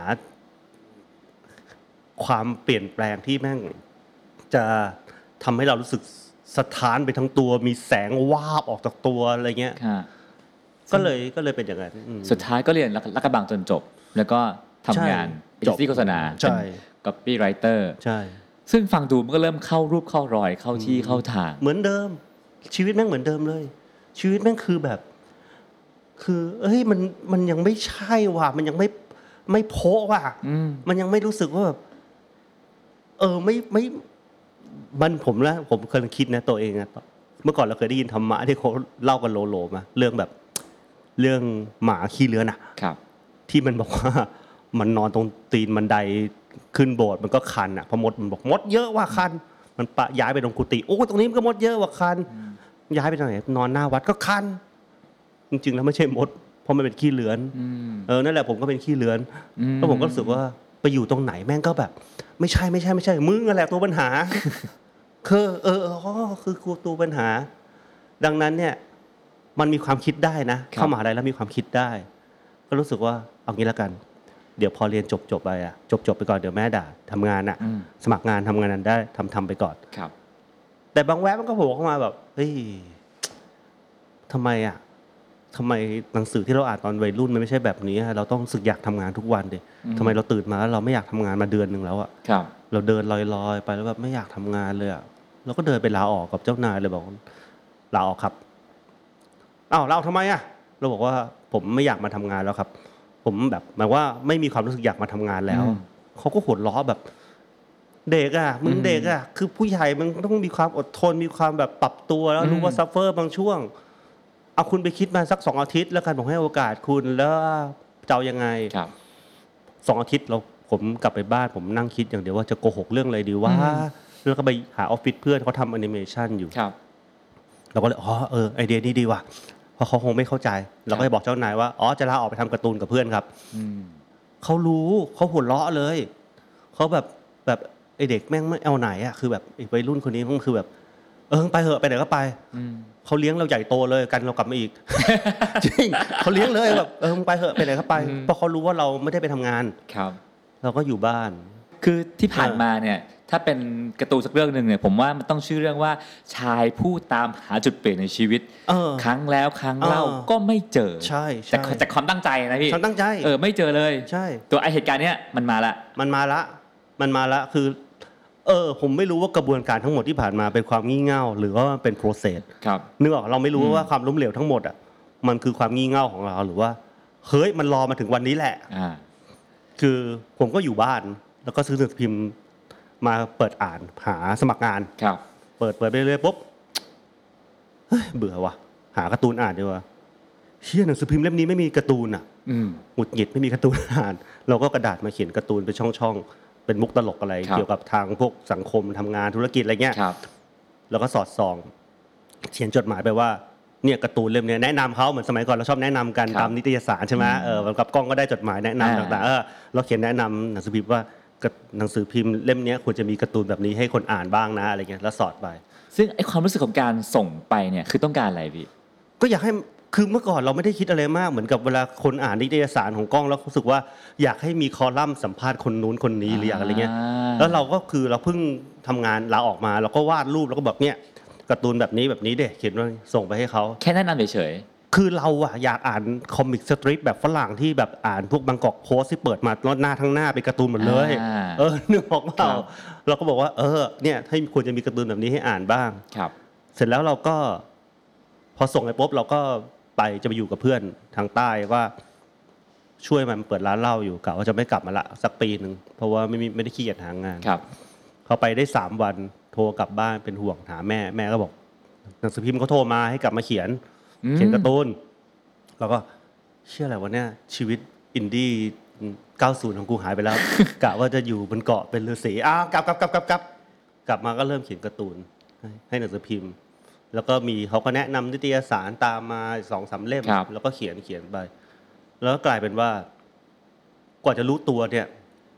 ความเปลี่ยนแปลงที่แม่งจะทำให้เรารู้สึกสะท้านไปทั้งตัวมีแสงวาบออกจากตัวอะไรเงี้ยก็เลยก็เลยเป็นอย่างนั้นสุดท้ายก็เรียนรักกระบังจนจบแล้วก็ทำงานเอเจนซี่โฆษณาเป็น copywriter ใช่ซึ่งฟังดูมันก็เริ่มเข้ารูปเข้ารอยเข้าที่เข้าทางเหมือนเดิมชีวิตแม่งเหมือนเดิมเลยชีวิตแม่งคือแบบคือเอ้ยมันมันยังไม่ใช่ว่ะมันยังไม่ไม่โพ้ว่ะมันยังไม่รู้สึกว่าแบบเออไม่ไม่มันผมนะผมเคยคิดนะตัวเองอะเมื่อก่อนเราเคยได้ยินธรรมะที่เขาเล่ากันโลโลมาเรื่องแบบเรื่องหมาขี้เลื้อนอะที่มันบอกว่ามันนอนตรงตีนบันไดขึ้นโบสถ์มันก็คันอะพอมดมันบอกมดเยอะว่าคันมันปะย้ายไปตรงกุฏิโอ้ตรงนี้มันก็มดเยอะว่าคันย้ายไปตรงไหนนอนหน้าวัดก็คันจริงๆแล้วไม่ใช่มดเพราะมันเป็นขี้เลื้อนเออนั่นแหละผมก็เป็นขี้เลื้อนแล้วผมก็รู้สึกว่าไปอยู่ตรงไหนแม่งก็แบบไม่ใช่ไม่ใช่ไม่ใช่มึงนั่นแหละตัวปัญหาคือเอออ๋อคือกูตัวปัญหาดังนั้นเนี่ยมันมีความคิดได้นะเข้ามหาลัยแล้วมีความคิดได้ก็รู้สึกว่าเอางี้แล้วกันเดี๋ยวพอเรียนจบจบไปอ่ะจบจบไปก่อนเดี๋ยวแม่ด่าทำงานอ่ะสมัครงานทำงานนั้นได้ทำทำไปก่อนแต่บางแวบมันก็โผล่เข้ามาแบบเฮ้ยทำไมอ่ะทำไมหนังสือที่เราอ่านตอนวัยรุ่นมันไม่ใช่แบบนี้เราต้องรู้สึกอยากทำงานทุกวันดิทำไมเราตื่นมาแล้วเราไม่อยากทำงานมาเดือนนึงแล้วอ่ะเราเดินลอยๆไปแล้วแบบไม่อยากทำงานเลยอ่ะเราก็เดินไปลาออกกับเจ้านายเลยบอกลาออกครับอ้าวลาออกทำไมอ่ะเราบอกว่าผมไม่อยากมาทำงานแล้วครับผมแบบหมายว่าไม่มีความรู้สึกอยากมาทำงานแล้วเขาก็หัวเราะแบบเด็กอ่ะมึงเด็กอ่ะคือผู้ใหญ่มึงต้องมีความอดทนมีความแบบปรับตัวแล้วรู้ว่าซัฟเฟอร์บางช่วงเอาคุณไปคิดมาสักสองอาทิตย์แล้วกันผมให้โอกาสคุณแล้วจะเอายังไงสองอาทิตย์เราผมกลับไปบ้านผมนั่งคิดอย่างเดียวว่าจะโกหกเรื่องอะไรดีว่าแล้วก็ไปหาออฟฟิศเพื่อนเขาทำแอนิเมชันอยู่เราก็เลยอ๋อเออไอเดียนี้ดีว่ะเพราะเขาคงไม่เข้าใจเราก็เลยบอกเจ้านายว่าอ๋อจะลาออกไปทำการ์ตูนกับเพื่อนครับเขารู้เขาหัวเราะเลยเขาแบบแบบไอเด็กแม่งไม่เอาไหนอ่ะคือแบบไอวัยรุ่นคนนี้มันคือแบบเออไปเหอะไปไหนก็ไปเขาเลี้ยงเราใหญ่โตเลยกันเรากลับมาอีกจริงเขาเลี้ยงเลยแบบเออไปเหอะไปไหนก็ไปเพราะเขารู้ว่าเราไม่ได้ไปทำงานเราก็อยู่บ้านคือที่ผ่านมาเนี่ยถ้าเป็นการ์ตูนสักเรื่องนึงเนี่ยผมว่ามันต้องชื่อเรื่องว่าชายผู้ตามหาจุดเปลี่ยนในชีวิตครั้งแล้วครั้งเล่าก็ไม่เจอใช่แต่แต่ความตั้งใจนะพี่ความตั้งใจเออไม่เจอเลยใช่ตัวไอเหตุการณ์เนี้ยมันมาละมันมาละมันมาละคือเออผมไม่รู้ว่ากระบวนการทั้งหมดที่ผ่านมาเป็นความงี่เง่าหรือว่าเป็น process ครับนึกออกเราไม่รู้ว่าความล้มเหลวทั้งหมดอ่ะมันคือความงี่เง่าของเราหรือว่าเฮ้ยมันรอมาถึงวันนี้แหละอ่าคือผมก็อยู่บ้านแล้วก็ซื้อหนังสือพิมพ์มาเปิดอ่านหาสมัครงานครับเปิดเปิดไปเรื่อยๆปุ๊บเฮ้ยเบื่อว่ะหาการ์ตูนอ่านดีกว่าเชี่ยหนังสือพิมพ์เล่มนี้ไม่มีการ์ตูนอ่ะหงุดหงิดไม่มีการ์ตูนอ่านเราก็กระดาษมาเขียนการ์ตูนเป็นช่องๆเป็นมุกตลกอะไรเกี่ยวกับทางพวกสังคมทำงานธุรกิจอะไรเงี้ยแล้วก็สอดส่องเขียนจดหมายไปว่าเนี่ยการ์ตูนเล่มนี้แนะนำเขาเหมือนสมัยก่อนเราชอบแนะนำกันตามนิตยสารใช่ไหมเออกับกล้องก็ได้จดหมายแนะนำต่างๆเออเราเขียนแนะนำหนังสือพิมพ์ว่าหนังสือพิมพ์เล่มนี้ควรจะมีการ์ตูนแบบนี้ให้คนอ่านบ้างนะอะไรเงี้ยแล้วสอดไปซึ่งไอความรู้สึกของการส่งไปเนี่ยคือต้องการอะไรพี่ก็อยากให้คือเมื่อก่อนเราไม่ได้คิดอะไรมากเหมือนกับเวลาคนอ่านนิตยสารของกล้องแล้วรู้สึกว่าอยากให้มีคอลัมน์สัมภาษณ์คนนู้นคนนี้หรืออะไรเงี้ยแล้วเราก็คือเราเพิ่งทำงานลาออกมาเราก็วาดรูปแล้วก็บอกเนี่ยการ์ตูนแบบนี้แบบนี้เด็กเขียนว่าส่งไปให้เขาแค่แนะนำเฉยๆคือเราอะอยากอ่านคอมิกสตริปแบบฝรั่งที่แบบอ่านพวกบางกอกโพสที่เปิดมาแล้วหน้าทั้งหน้าเป็นการ์ตูนหมดเลยเออนึกออกเปล่าเราก็บอกว่าเออเนี่ยให้ควรจะมีการ์ตูนแบบนี้ให้อ่านบ้างเสร็จแล้วเราก็พอส่งไปปุ๊บเราก็ไปจะไปอยู่กับเพื่อนทางใต้ว่าช่วยมันเปิดร้านเหล้าอยู่กะว่าจะไม่กลับมาละสักปีนึงเพราะว่าไม่ไม่ได้ขี้เกียจหางานเขาไปได้สามวันโทรกลับบ้านเป็นห่วงหาแม่แม่ก็บอกหนังสือพิมพ์เขาโทรมาให้กลับมาเขียนเขียนการ์ตูนแล้วก็เชื่ออะไรวะเนี่ยชีวิตอินดี้เก้าสิบของกูหายไปแล้ว กะว่าจะอยู่บนเกาะเป็นฤาษีอ้าวกลับกลับกลับกลับกลับกลับมาก็เริ่มเขียนการ์ตูนให้หนังสือพิมพ์แล้วก็มีเขาก็แนะนำนิตยสารตามมา สองสาม เล่มแล้วก็เขียนเขียนไปแล้วกลายเป็นว่ากว่าจะรู้ตัวเนี่ย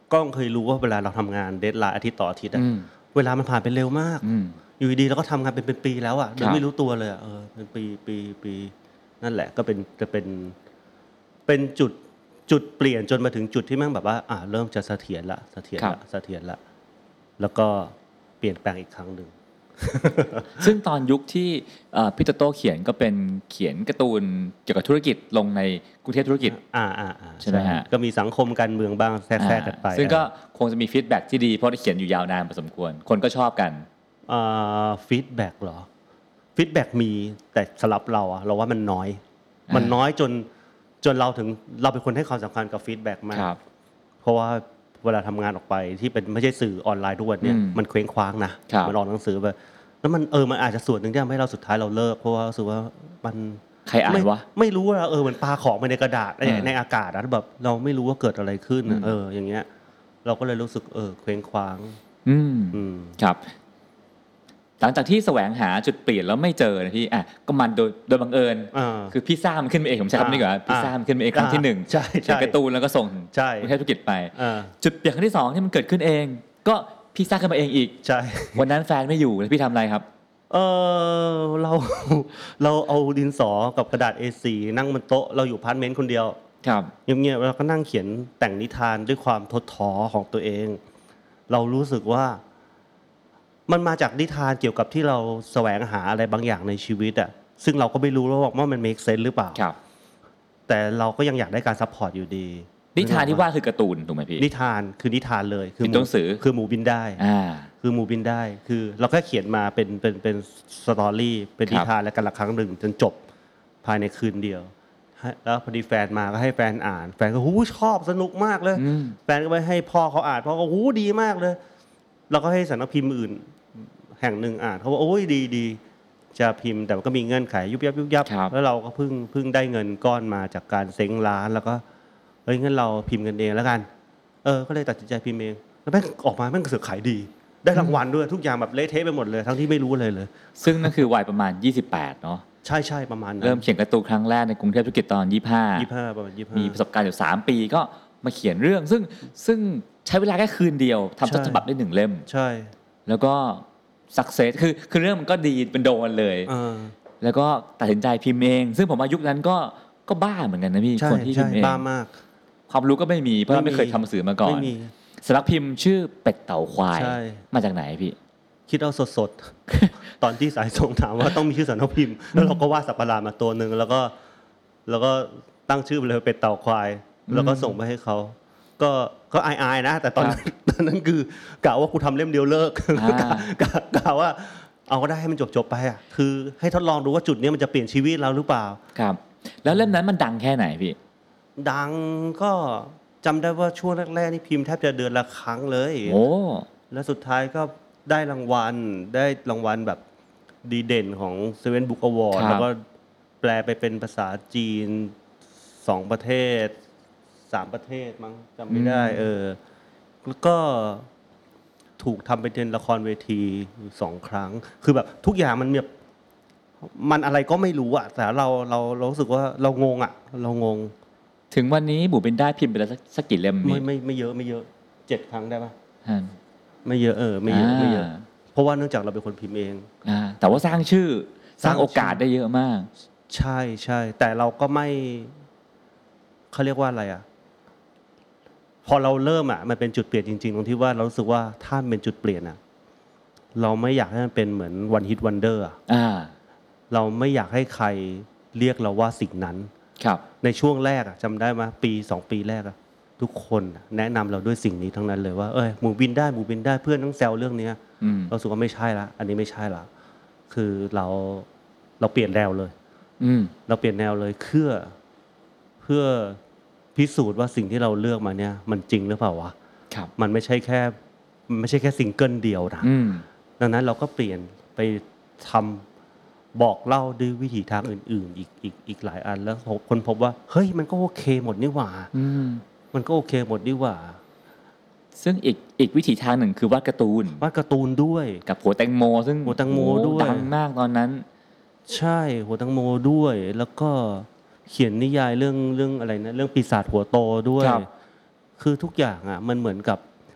ก้องเคยรู้ว่าเวลาเราทำงานเดดไลน์อาทิตย์ต่ออาทิตย์อะอืมเวลามันผ่านไปเร็วมากอืมอยู่ดีๆเราก็ทำงานเป็นเป็นปีแล้วอ่ะโดครัยบไม่รู้ตัวเลยอะเออเป็นปีปีปีนั่นแหละก็เป็นจะเป็นเป็นจุดจุดเปลี่ยนจนมาถึงจุดที่แม่งแบบว่า อ่าเริ่มจะเสถียรละเสถียรครับละเสถียรละแล้วก็เปลี่ยนแปลงอีกครั้งหนึ่งซึ่งตอนยุคที่เอ่อพี่โตโต้เขียนก็เป็นเขียนการ์ตูนเกี่ยวกับธุรกิจลงในกรุงเทพธุรกิจอ่าอ่าอ่าใช่ไหมฮะก็มีสังคมการเมืองบ้างแทรกแทรกกันไปอ่าซึ่งก็คงจะมีฟีดแบ็กที่ดีเพราะได้เขียนอยู่ยาวนานพอสมควร คนก็ชอบกันอ่าฟีดแบ็กเหรอฟีดแบ็กมีแต่สำหรับเราอะเราว่ามันน้อยอ่ามัมันน้อยจนจนเราถึงเราเป็นคนให้ความสำคัญกับฟีดแบ็กมากครับเพราะว่าเวลาทำงานออกไปที่เป็นไม่ใช่สื่อออนไลน์ทุกวันเนี่ยอืมมันเคว้งคว้างนะครับ มันออกหนังสือไปแล้วมันเออมันอาจจะส่วนหนึ่งที่ทำให้เราสุดท้ายเราเลิกเพราะว่ารู้สึกว่ามันใครอ่านไม่วะไม่รู้ว่าเออมันปาของไปในกระดาษในเออในอากาศอะแล้วแบบเราไม่รู้ว่าเกิดอะไรขึ้นอะอืมเอออย่างเงี้ย เราก็เลยรู้สึกเออเคว้งคว้างอืมอืมครับ หลังจากที่แสวงหาจุดเปลี่ยนแล้วไม่เจอนะพี่อ่ะก็มันโดยโดยบังเอิญอ่าคือพี่ซ่ามันขึ้นมาเองผมใช้คำนี้ก่อนอ่าพี่ซ่ามันขึ้นมาเองครั้งที่หนึ่งใช่ใช่เป็นการ์ตูนแล้วก็ส่งใช่กรุงเทพธุรกิจไปอ่าจุดเปลี่ยนครั้งที่สองที่มันเกิดขึ้นเอง ก็พี่ซ่าขึ้นมาเองอีกใช่วันนั้นแฟนไม่อยู่แล้วพี่ทำอะไรครับเออเรา เราเอาดินสอกับกระดาษ เอ โฟร์ นั่งบนโต๊ะเราอยู่พาร์ทเมนต์คนเดียวครับเงียบๆเราก็นั่งเขียนแต่งนิทานด้วยความท้อท้อของตัวเอง เรารู้สึกว่ามันมาจากนิทานเกี่ยวกับที่เราแสวงหาอะไรบางอย่างในชีวิตอะซึ่งเราก็ไม่รู้แล้วว่ามัน make sense หรือเปล่าครับแต่เราก็ยังอยากได้การซัพพอร์ตอยู่ดีนิทานที่ว่าคือการ์ตูนถูกไหมพี่นิทานคือนิทานเลยคือเป็นตัวหนังสือคือหมูบินได้อ่าคือหมูบินได้คือเราแค่เขียนมาเป็นเป็นเป็นสตอรี่เป็นครับนิทานและกันละครั้งหนึ่งจนจบภายในคืนเดียวให้แล้วพอดีแฟนมาก็ให้แฟนอ่าน แฟนก็หูชอบสนุกมากเลยอืมแฟนก็ไปให้พ่อเขาอ่านพ่อก็หูดีมากเลย เราก็ให้สำนักพิมพ์อื่นแห่งหนึ่งอ่านเขาบอกโอ้ยดีดีจะพิมพ์แต่มันก็มีเงื่อนไขยุบยับยุบยับครับแล้วเราก็เพิ่งเพิ่งได้เงินก้อนมาจากการเซ้งร้านแล้วก็เฮ้ยงั้นเราพิมพ์กันเองแล้วกัน เออก็เลยตัดสินใจพิมพ์เองแล้วแม่งออกมาแม่งเสือกขายดี ได้รางวัลด้วยทุกอย่างแบบเละเทะไปหมดเลยทั้งที่ไม่รู้เลยเลยซึ่งนั่นคือวัยประมาณยี่สิบแปดเนาะใช่ใช่ประมาณนั้นเริ่มเขียนการ์ตูนครั้งแรกในกรุงเทพธุรกิจตอนยี่สิบห้ายี่ห้าประมาณยี่ห้ามีประสบการณ์อยู่สามปีก็มาเขียนเรื่อง ซึ่งซึ่งใช้เวลาแค่คืนเดียวทำต้นฉบับได้หนึ่งเล่มใช่แล้วก็สักเซสคือคือเรื่องมันก็ดีเป็นโดนเลยเออแล้วก็ตัดสินใจพิมพ์เอง ซึ่งผมว่ายุคนั้นก็ก็บ้าเหมือนกันนะพี่ใช่คนที่พิใช่มพ์เองบ้ามากความรู้ก็ไม่มีเพราะว่าไม่ไม่มีเคยทำหนังสือมาก่อนไม่มีสำนักพิมพ์ชื่อเป็ดเต่าควายใช่มาจากไหนพี่คิดเอาสดๆ ตอนที่สายส่งถามว่าต้องมีชื่อสำนักพิมพ์ แล้วเราก็วาดสัตว์ประหลาดมาตัวหนึ่งแล้วก็แล้วก็ตั้งชื่อไปเลยเป็ดเต่าควาย แล้วก็ส่งไปให้เขาก็ก็อายๆนะ แต่ตอนนั้นตอนนั้นคือกะว่ากูทำเล่มเดียวเลิกอ่ากะกะกะว่าเอาก็ได้ให้มันจบๆไปอ่ะคือให้ทดลองดูว่าจุดนี้มันจะเปลี่ยนชีวิตเราหรือเปล่าครับ แล้วเล่มนั้นมันดังแค่ไหนพี่ดังก็จำได้ว่าช่วงแรกๆนี่พิมพ์แทบจะเดือนละครั้งเลยโอ้แล้วสุดท้ายก็ได้รางวัลได้รางวัลแบบดีเด่นของ Seven Book Award ครับแล้วก็แปลไปเป็นภาษาจีนสองประเทศสามประเทศมั้งจำไม่ได้เออแล้วก็ถูกทำเป็นละครเวทีอยู่สองครั้ง คือแบบทุกอย่างมันแบบมันอะไรก็ไม่รู้อะแต่เราเราเรารู้สึกว่าเรางงอะเรางงถึงวันนี้บุ๋บินได้พิมพ์ไปแล้วสักสักกี่เล่มไม่พี่ไม่ไม่เยอะไม่เยอะเจ็ดครั้งได้ปะอ่าไม่เยอะเออไม่เยอะไม่เยอะอ่าเพราะว่าเนื่องจากเราเป็นคนพิมพ์เองอ่าแต่ว่าสร้างชื่อสร้างสร้างโอกาสได้เยอะมากใช่ใช่แต่เราก็ไม่เขาเรียกว่าอะไรอ่ะ พอเราเริ่มอ่ะมันเป็นจุดเปลี่ยนจริงๆตรงที่ว่าเรารู้สึกว่าถ้ามันเป็นจุดเปลี่ยนอ่ะ เราไม่อยากให้มันเป็นเหมือนวันฮิตวันเดอร์อ่ะอ่าเราไม่อยากให้ใครเรียกเราว่าสิ่งนั้นครับในช่วงแรกอ่ะจำได้ไหมปีสองปีแรกอ่ะทุกคนอะแนะนำเราด้วยสิ่งนี้ทั้งนั้นเลยว่าเอ้ยหมูบินได้หมูบินได้เพื่อนต้องแซวเรื่องเนี้ยอืมเรารู้สึกว่าไม่ใช่ละอันนี้ไม่ใช่ละคือเราเราเปลี่ยนแนวเลยอืมเราเปลี่ยนแนวเลยเพื่อเพื่อพิสูจน์ว่าสิ่งที่เราเลือกมาเนี่ย มันจริงหรือเปล่าวะครับมันไม่ใช่แค่มันไม่ใช่แค่ซิงเกิลเดียวนะอืมดังนั้นเราก็เปลี่ยนไปทำบอกเล่าด้วยวิถีทางอื่น ๆ อีกอีกอีกหลายอันแล้วคนพบว่าเฮ้ยมันก็โอเคหมดนี่หว่าอืมมันก็โอเคหมดนี่หว่าซึ่งอีกอีกวิถีทางหนึ่งคือวาดการ์ตูนวาดการ์ตูนด้วยกับหัวแตงโม ซึ่งหัวแตงโมอ้หด้วยดังมากตอนนั้นใช่หัวแตังโมด้วย แล้วก็เขียนนิยายเรื่องเรื่องอะไรนะเรื่องปีศาจหัวโตด้วยครับคือทุกอย่างอ่ะมันเหมือนกับ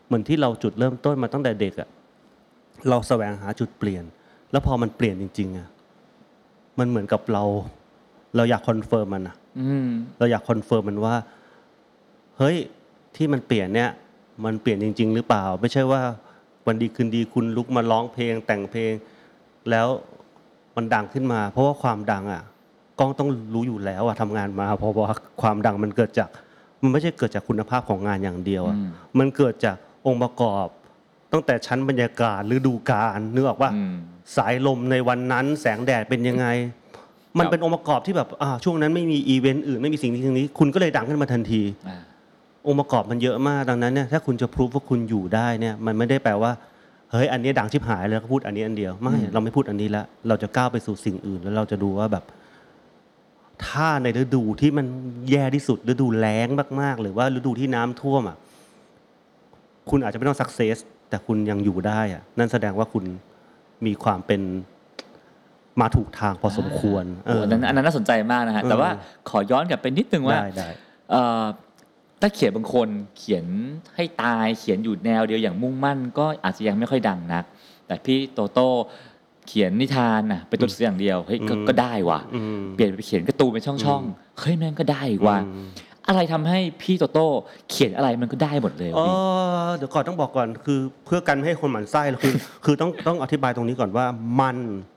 เหมือนที่เราจุดเริ่มต้นมาตั้งแต่เด็กอะเราแสวงหาจุดเปลี่ยนแล้วพอมันเปลี่ยนจริงๆอะมันเหมือนกับเราเราอยากคอนเฟิร์มมันอะอืมเราอยากคอนเฟิร์มมันว่าเฮ้ยที่มันเปลี่ยนเนี่ยมันเปลี่ยนจริงๆหรือเปล่าไม่ใช่ว่าวันดีคืนดีคุณลุกมาร้องเพลงแต่งเพลงแล้วมันดังขึ้นมาเพราะว่าความดังอ่ะกล้องต้องรู้อยู่แล้วอ่ะทำงานมาเพราะว่าความดังมันเกิดจากมันไม่ใช่เกิดจากคุณภาพของงานอย่างเดียวอ่ะอืมมันเกิดจากองค์ประกอบตั้งแต่ชั้นบรรยากาศฤดูกาลนึกออกว่าอืมสายลมในวันนั้นแสงแดดเป็นยังไง มันเป็นองค์ประกอบที่แบบอ่าช่วงนั้นไม่มีอีเวนต์อื่นไม่มีสิ่งนี้สิ่งนี้คุณก็เลยดังขึ้นมาทันทีอ่าองค์ประกอบมันเยอะมากดังนั้นเนี่ยถ้าคุณจะพรูฟว่าคุณอยู่ได้เนี่ยมันไม่ได้แปลว่าเฮ้ยอันนี้ดังชิบหายแล้วก็พูดอันนี้อันเดียวไม่เราไม่พูดอันนี้แล้วเราจะก้าวไปสู่สิ่งอื่นแล้วเราจะดูว่าแบบถ้าในฤดูที่มันแย่ที่สุดฤดูแล้งมากๆหรือว่าฤดูที่น้ำท่วมอ่ะคุณอาจจะไม่ต้องสักเซสแต่คุณยังอยู่ได้อ่ะนั่นแสดงว่าคุณมีความเป็นมาถูกทางพอสมควรโอ้อันนั้นอันนั้นน่าสนใจมากนะฮะแต่ว่าขอย้อนกลับไปนิดนึงว่าได้ได้เอ่อถ้าเขียนบางคนเขียนให้ตายเขียนอยู่แนวเดียวอย่างมุ่งมั่นก็อาจจะยังไม่ค่อยดังนักแต่พี่โตโต้เขียนนิทานน่ะเป็นตัวหนังสืออย่างเดียวเฮ้ยก็อืมก็ได้ว่ะอืมเปลี่ยนไปเขียนการ์ตูนเป็นช่องๆเฮ้ยแม่งก็ได้ว่ะอืมอะไรทำให้พี่โตโต้เขียนอะไรมันก็ได้หมดเลยอ๋อพี่เดี๋ยวก่อนต้องบอกก่อนคือเพื่อกันไม่ให้คนหมั่นไส้คือ คือต้องต้องอธิบายตรงนี้ก่อนว่ามัน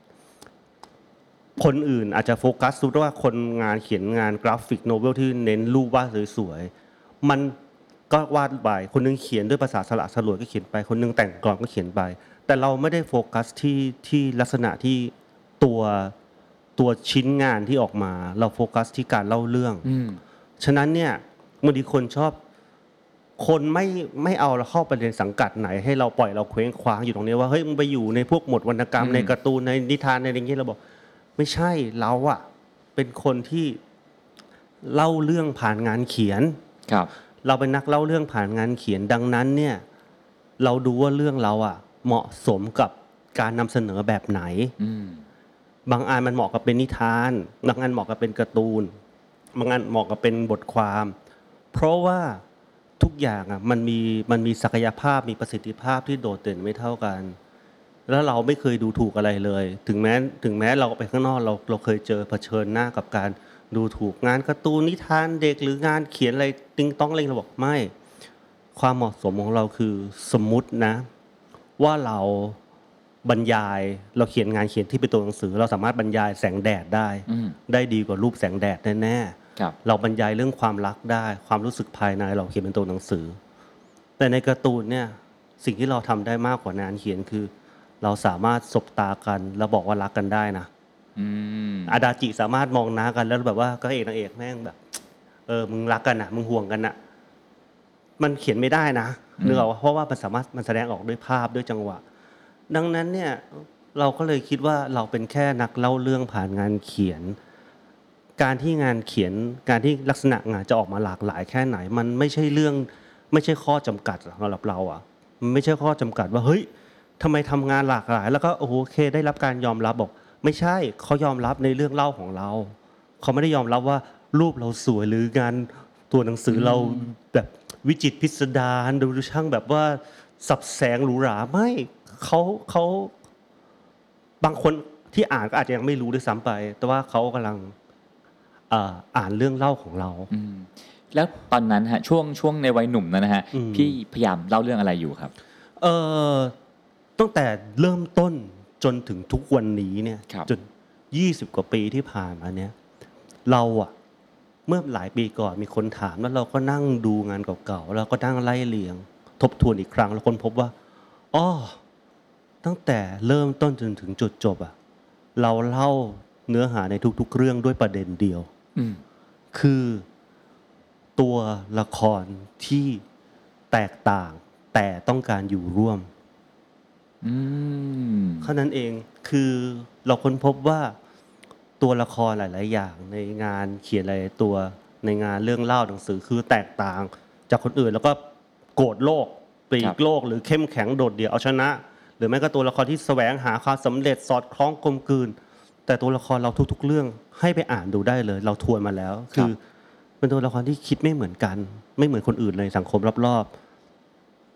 คนอื่นอาจจะโฟกัสดูว่าคนงานเขียนงานกราฟิกโนเวลที่เน้นรูปวาดสวยๆมันก็วาดไปคนนึงเขียนด้วยภาษาสละสลวยก็เขียนไปคนนึงแต่งกลอนก็เขียนไป แต่เราไม่ได้โฟกัสที่ที่ลักษณะที่ตัวตัวชิ้นงานที่ออกมา เราโฟกัสที่การเล่าเรื่องอืมฉะนั้นเนี่ยบางทีคนชอบคนไม่ไม่เอาเราเข้าประเด็นสังกัดไหนให้เราปล่อยเราเคว้งคว้างอยู่ตรงนี้ว่าเฮ้ยมึงไปอยู่ในพวกหมวดวรรณกรรมอืมในการ์ตูนในนิทานในอะไรอย่างเงี้ยเราบอกไม่ใช่เราอะเป็นคนที่เล่าเรื่องผ่านงานเขียนครับเราเป็นนักเล่าเรื่องผ่านงานเขียนดังนั้นเนี่ยเราดูว่าเรื่องเราอะเหมาะสมกับการนำเสนอแบบไหนอืมบางอันมันเหมาะกับเป็นนิทานบางอันเหมาะกับเป็นการ์ตูนบางอันเหมาะกับเป็นบทความ เพราะว่าทุกอย่างอ่ะมันมีมันมีศักยภาพมีประสิทธิภาพที่โดดเด่นไม่เท่ากัน แล้วเราไม่เคยดูถูกอะไรเลย ถึงแม้ถึงแม้เราไปข้างนอกเราเราเคยเจอเผชิญหน้ากับการดูถูกงานการ์ตูนนิทานเด็กหรืองานเขียนอะไรติงต้องเล่งเราบอกไม่ความเหมาะสมของเราคือสมมุตินะ ว่าเราบรรยายเราเขียนงานเขียนที่เป็นตัวหนังสือ เราสามารถบรรยายแสงแดดได้อืมได้ดีกว่ารูปแสงแดดแน่ครับๆเราบรรยายเรื่องความรักได้ ความรู้สึกภายในเราเขียนเป็นตัวหนังสือ แต่ในการ์ตูนเนี่ยสิ่งที่เราทำได้มากกว่างานเขียนคือ เราสามารถสบตากันแล้วบอกว่ารักกันได้นะอืมอาดาจิสามารถมองหน้ากันแล้วแบบว่าก็เอกนางเอกแม่งแบบ เออมึงรักกันอ่ะมึงห่วงกันอ่ะมันเขียนไม่ได้นะอืมนึกออกปะเพราะว่ามันสามารถมันแสดงออกด้วยภาพด้วยจังหวะ ดังนั้นเนี่ยเราก็เลยคิดว่าเราเป็นแค่นักเล่าเรื่องผ่านงานเขียน การที่งานเขียนการที่ลักษณะงานจะออกมาหลากหลายแค่ไหน มันไม่ใช่เรื่องไม่ใช่ข้อจำกัดสำหรับเราอ่ะมันไม่ใช่ข้อจำกัดว่าเฮ้ยทำไมทำงานหลากหลาย แล้วก็โอเคได้รับการยอมรับบอก ไม่ใช่เขายอมรับในเรื่องเล่าของเรา เขาไม่ได้ยอมรับว่ารูปเราสวยหรืองานตัวหนังสือเราแบบวิจิตรพิสดารดูช่างแบบว่าสับแสงหรูหราไม่เขาเขาบางคนที่อ่านก็อาจจะยังไม่รู้ด้วยซ้ำไป แต่ว่าเขากำลังเอ่ออ่านเรื่องเล่าของเราอืมแล้วตอนนั้นฮะช่วงช่วงในวัยหนุ่มนะฮะอืมพี่พยายามเล่าเรื่องอะไรอยู่ครับเอ่อตั้งแต่เริ่มต้นจนถึงทุกวันนี้เนี่ยครับจนยี่สิบกว่าปีที่ผ่านมาเนี่ยเราอะเมื่อหลายปีก่อนมีคนถามแล้วเราก็นั่งดูงานเก่าๆแล้วก็นั่งไล่เลียง ทบทวนอีกครั้งแล้วคนพบว่าอ้อตั้งแต่เริ่มต้นจนถึงจุดจบอะเราเล่าเนื้อหาในทุกๆเรื่องด้วยประเด็นเดียวอืมคือตัวละครที่แตกต่างแต่ต้องการอยู่ร่วมอืมเท่านั้นเองคือเราค้นพบว่าตัวละครหลาย ๆ อย่างในงานเขียนหลายๆตัวในงานเรื่องเล่าหนังสือคือแตกต่างจากคนอื่นแล้วก็โกรธโลกปลีครักบโลกหรือเข้มแข็งโดดเดี่ยวเอาชนะ หรือแม้ก็ตัวละครที่แสวงหาความสำเร็จสอดคล้องกลมกลืน แต่ตัวละครเราทุก ๆ เรื่องให้ไปอ่านดูได้เลย เราทวนมาแล้ว คือเป็นตัวละครที่คิดไม่เหมือนกัน ไม่เหมือนคนอื่นในสังคมรอบ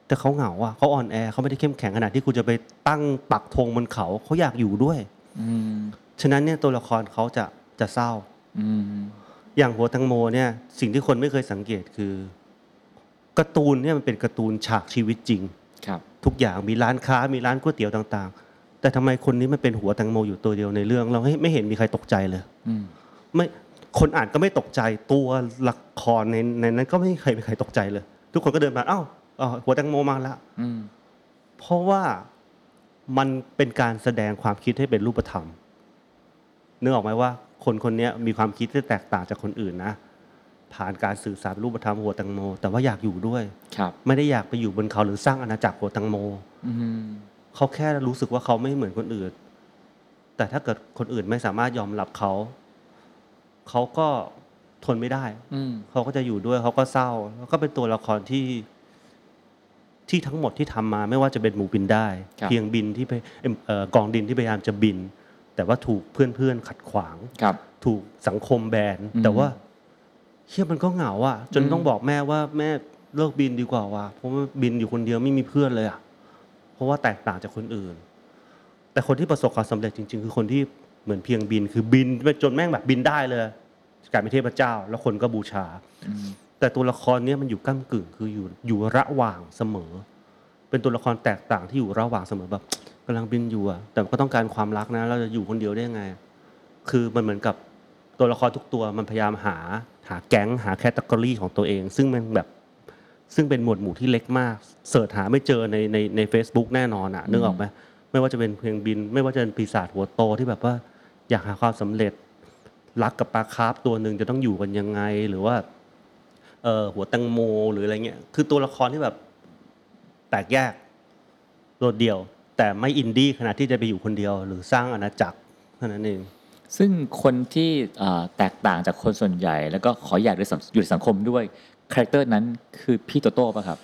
แต่เขาเหงาอ่ะเขาอ่อนแอเขาไม่ได้เข้มแข็งขนาดที่คุณจะไปตั้งปักธงบนเขาเขาอยากอยู่ด้วยอืมฉะนั้นเนี่ยตัวละครเขาจะจะเศร้าอืมอย่างหัวแตงโมเนี่ยสิ่งที่คนไม่เคยสังเกตคือการ์ตูนเนี่ยมันเป็นการ์ตูนฉากชีวิตจริงครับทุกอย่างมีร้านค้ามีร้านก๋วยเตี๋ยวต่างๆแต่ทำไมคนนี้มันเป็นหัวแตงโมอยู่ตัวเดียวในเรื่องเราไม่เห็นมีใครตกใจเลยอืมไม่คนอ่านก็ไม่ตกใจตัวละครในในนั้นก็ไม่มีใครมีใครตกใจเลยทุกคนก็เดินมาอ้าวหัวแตงโมมาแล้วเพราะว่ามันเป็นการแสดงความคิดให้เป็นรูปธรรมนึกออกไหมว่าคนคนนี้มีความคิดที่แตกต่างจากคนอื่นนะผ่านการสื่อสารรูปธรรมหัวแตงโมแต่ว่าอยากอยู่ด้วยไม่ได้อยากไปอยู่บนเขาหรือสร้างอาณาจักรหัวแตงโมเขาแค่รู้สึกว่าเขาไม่เหมือนคนอื่นแต่ถ้าเกิดคนอื่นไม่สามารถยอมรับเขาเขาก็ทนไม่ได้เขาก็จะอยู่ด้วยเขาก็เศร้าแล้วก็เป็นตัวละครที่ที่ทั้งหมดที่ทำมาไม่ว่าจะเป็นหมูบินได้เพียงบินที่ไปกองดินที่พยายามจะบินแต่ว่าถูกเพื่อนๆขัดขวางถูกสังคมแบนแต่ว่าเชื่อมันก็เหงาอ่ะจนต้องบอกแม่ว่าแม่เลิกบินดีกว่าว่ะเพราะว่าบินอยู่คนเดียวไม่มีเพื่อนเลยอ่ะเพราะว่าแตกต่างจากคนอื่นแต่คนที่ประสบความสำเร็จจริงๆคือคนที่เหมือนเพียงบินคือบินไปจนแม่งแบบบินได้เลยกลายเป็นเทพเจ้าแล้วคนก็บูชาแต่ตัวละครนี้มันอยู่ก้ำกึ่งคืออยู่อยู่ระหว่างเสมอเป็นตัวละครแตกต่างที่อยู่ระหว่างเสมอแบบกำลังบินอยู่อะแต่ก็ต้องการความรักนะเราจะอยู่คนเดียวได้ยังไงคือมันเหมือนกับตัวละครทุกตัวมันพยายามหาหาแก๊งหาแคตตากรีของตัวเองซึ่งมันแบบซึ่งเป็นหมวดหมู่ที่เล็กมากเสิร์ชหาไม่เจอในในใน Facebook แน่นอนอะนึกออกไหมไม่ว่าจะเป็นเพียงบินไม่ว่าจะเป็นปีศาจหัวโตที่แบบว่าอยากหาความสำเร็จรักกับปลาคาร์ฟตัวนึงจะต้องอยู่กันยังไงหรือว่าเอ่อหัวแตงโมหรืออะไรเงี้ยคือตัวละครที่แบบแตกแยกโดดเดี่ยวแต่ไม่อินดี้ขนาดที่จะไปอยู่คนเดียวหรือสร้างอาณาจักรเท่านั้นเองซึ่งคนที่แตกต่างจากคนส่วนใหญ่แล้วก็ขออยากอยู่ในสังคมด้วยคาแรคเตอร์นั้นคือพี่โตโต้ป่ะครับ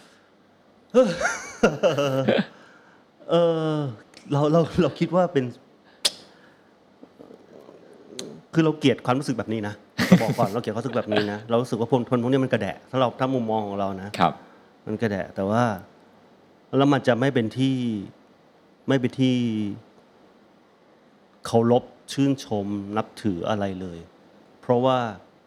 เออเราเราเราคิดว่าเป็นคือเราเกลียดความรู้สึกแบบนี้นะบอกก่อนเราเกลียดความรู้สึกแบบนี้นะเรารู้สึกว่าคนคนพวกนี้มันกระแดะถ้าเราถ้ามุมมองของเรานะครับมันกระแดะแต่ว่าแล้วมันจะไม่เป็นที่ไม่เป็นที่เคารพชื่นชมนับถืออะไรเลยเพราะว่า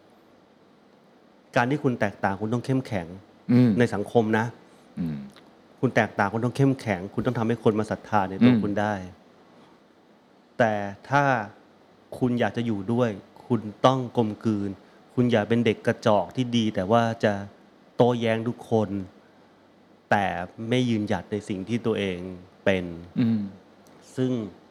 การที่คุณแตกต่างคุณต้องเข้มแข็งในสังคมนะคุณแตกต่างคุณต้องเข้มแข็งคุณต้องทำให้คนมาศรัทธาในตัวคุณได้แต่ถ้าคุณอยากจะอยู่ด้วยคุณต้องกลมกลืนคุณอย่าเป็นเด็กกระจอกที่ดีแต่ว่าจะโต้แย้งทุกคนแต่ไม่ยืนหยัดในสิ่งที่ตัวเองเป็นซึ่ง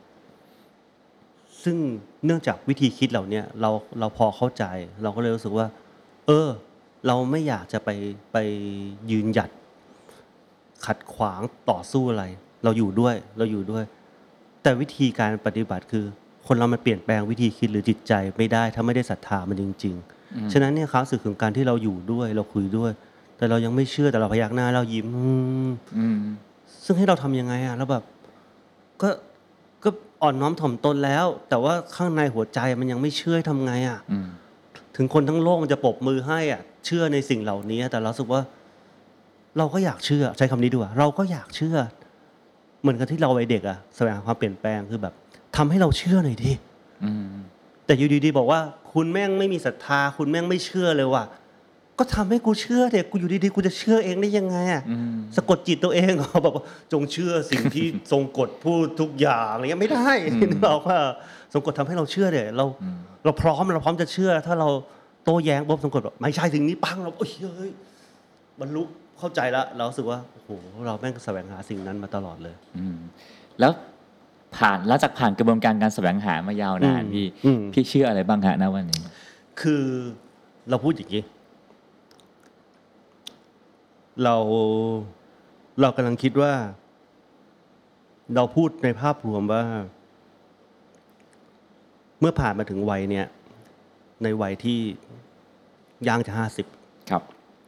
ซึ่งเนื่องจากวิธีคิดเหล่านี้เราเราพอเข้าใจเราก็เลยรู้สึกว่าเออเราไม่อยากจะไปไปยืนหยัดขัดขวางต่อสู้อะไรเราอยู่ด้วยเราอยู่ด้วยแต่วิธีการปฏิบัติคือคนเรามันเปลี่ยนแปลงวิธีคิดหรือจิตใจไม่ได้ถ้าไม่ได้ศรัทธามันจริงๆฉะนั้นเนี่ยความรู้สึกของการที่เราอยู่ด้วยเราคุยด้วยแต่เรายังไม่เชื่อแต่เราพยักหน้าเรายิ้มซึ่งให้เราทำยังไงอ่ะแล้วแบบก็ก็อ่อนน้อมถ่อมตนแล้วแต่ว่าข้างในหัวใจมันยังไม่เชื่อทำไงอ่ะถึงคนทั้งโลกมันจะปรบมือให้อ่ะเชื่อในสิ่งเหล่านี้แต่เราสึกว่าเราก็อยากเชื่อใช้คำนี้ดีกว่าเราก็อยากเชื่อเหมือนกับที่เราวัยเด็กอ่ะแสวงหาความเปลี่ยนแปลงคือแบบทำให้เราเชื่อหน่อยดิแต่อยู่ดีๆบอกว่าคุณแม่งไม่มีศรัทธาคุณแม่งไม่เชื่อเลยว่ะก็ทำให้กูเชื่อเด็กกูอยู่ดีๆกูจะเชื่อเองได้ยังไงอ่ะสะกดจิตตัวเองเขาบอกว่าจงเชื่อสิ่งที่ทรงกฎพูดทุกอย่างอะไรเงี้ยไม่ได้เราว่าทรงกฎทำให้เราเชื่อเด็กเราเราพร้อมเราพร้อมจะเชื่อถ้าเราโต้แย้งปุ๊บทรงกฎบอกไม่ใช่สิ่งนี้ปังเราเอ้ยบรรลุเข้าใจแล้วเรารู้สึกว่าโอ้โหเราแม่งแสวงหาสิ่งนั้นมาตลอดเลยแล้วผ่านแล้วจากผ่านกระบวนการการแสวงหามายาวนานพี่พี่เชื่ออะไรบ้างฮะณวันนี้คือเราพูดอย่างนี้เราเรากำลังคิดว่าเราพูดในภาพรวมว่าเมื่อผ่านมาถึงวัยเนี้ยในวัยที่ย่างจะห้าสิบครับ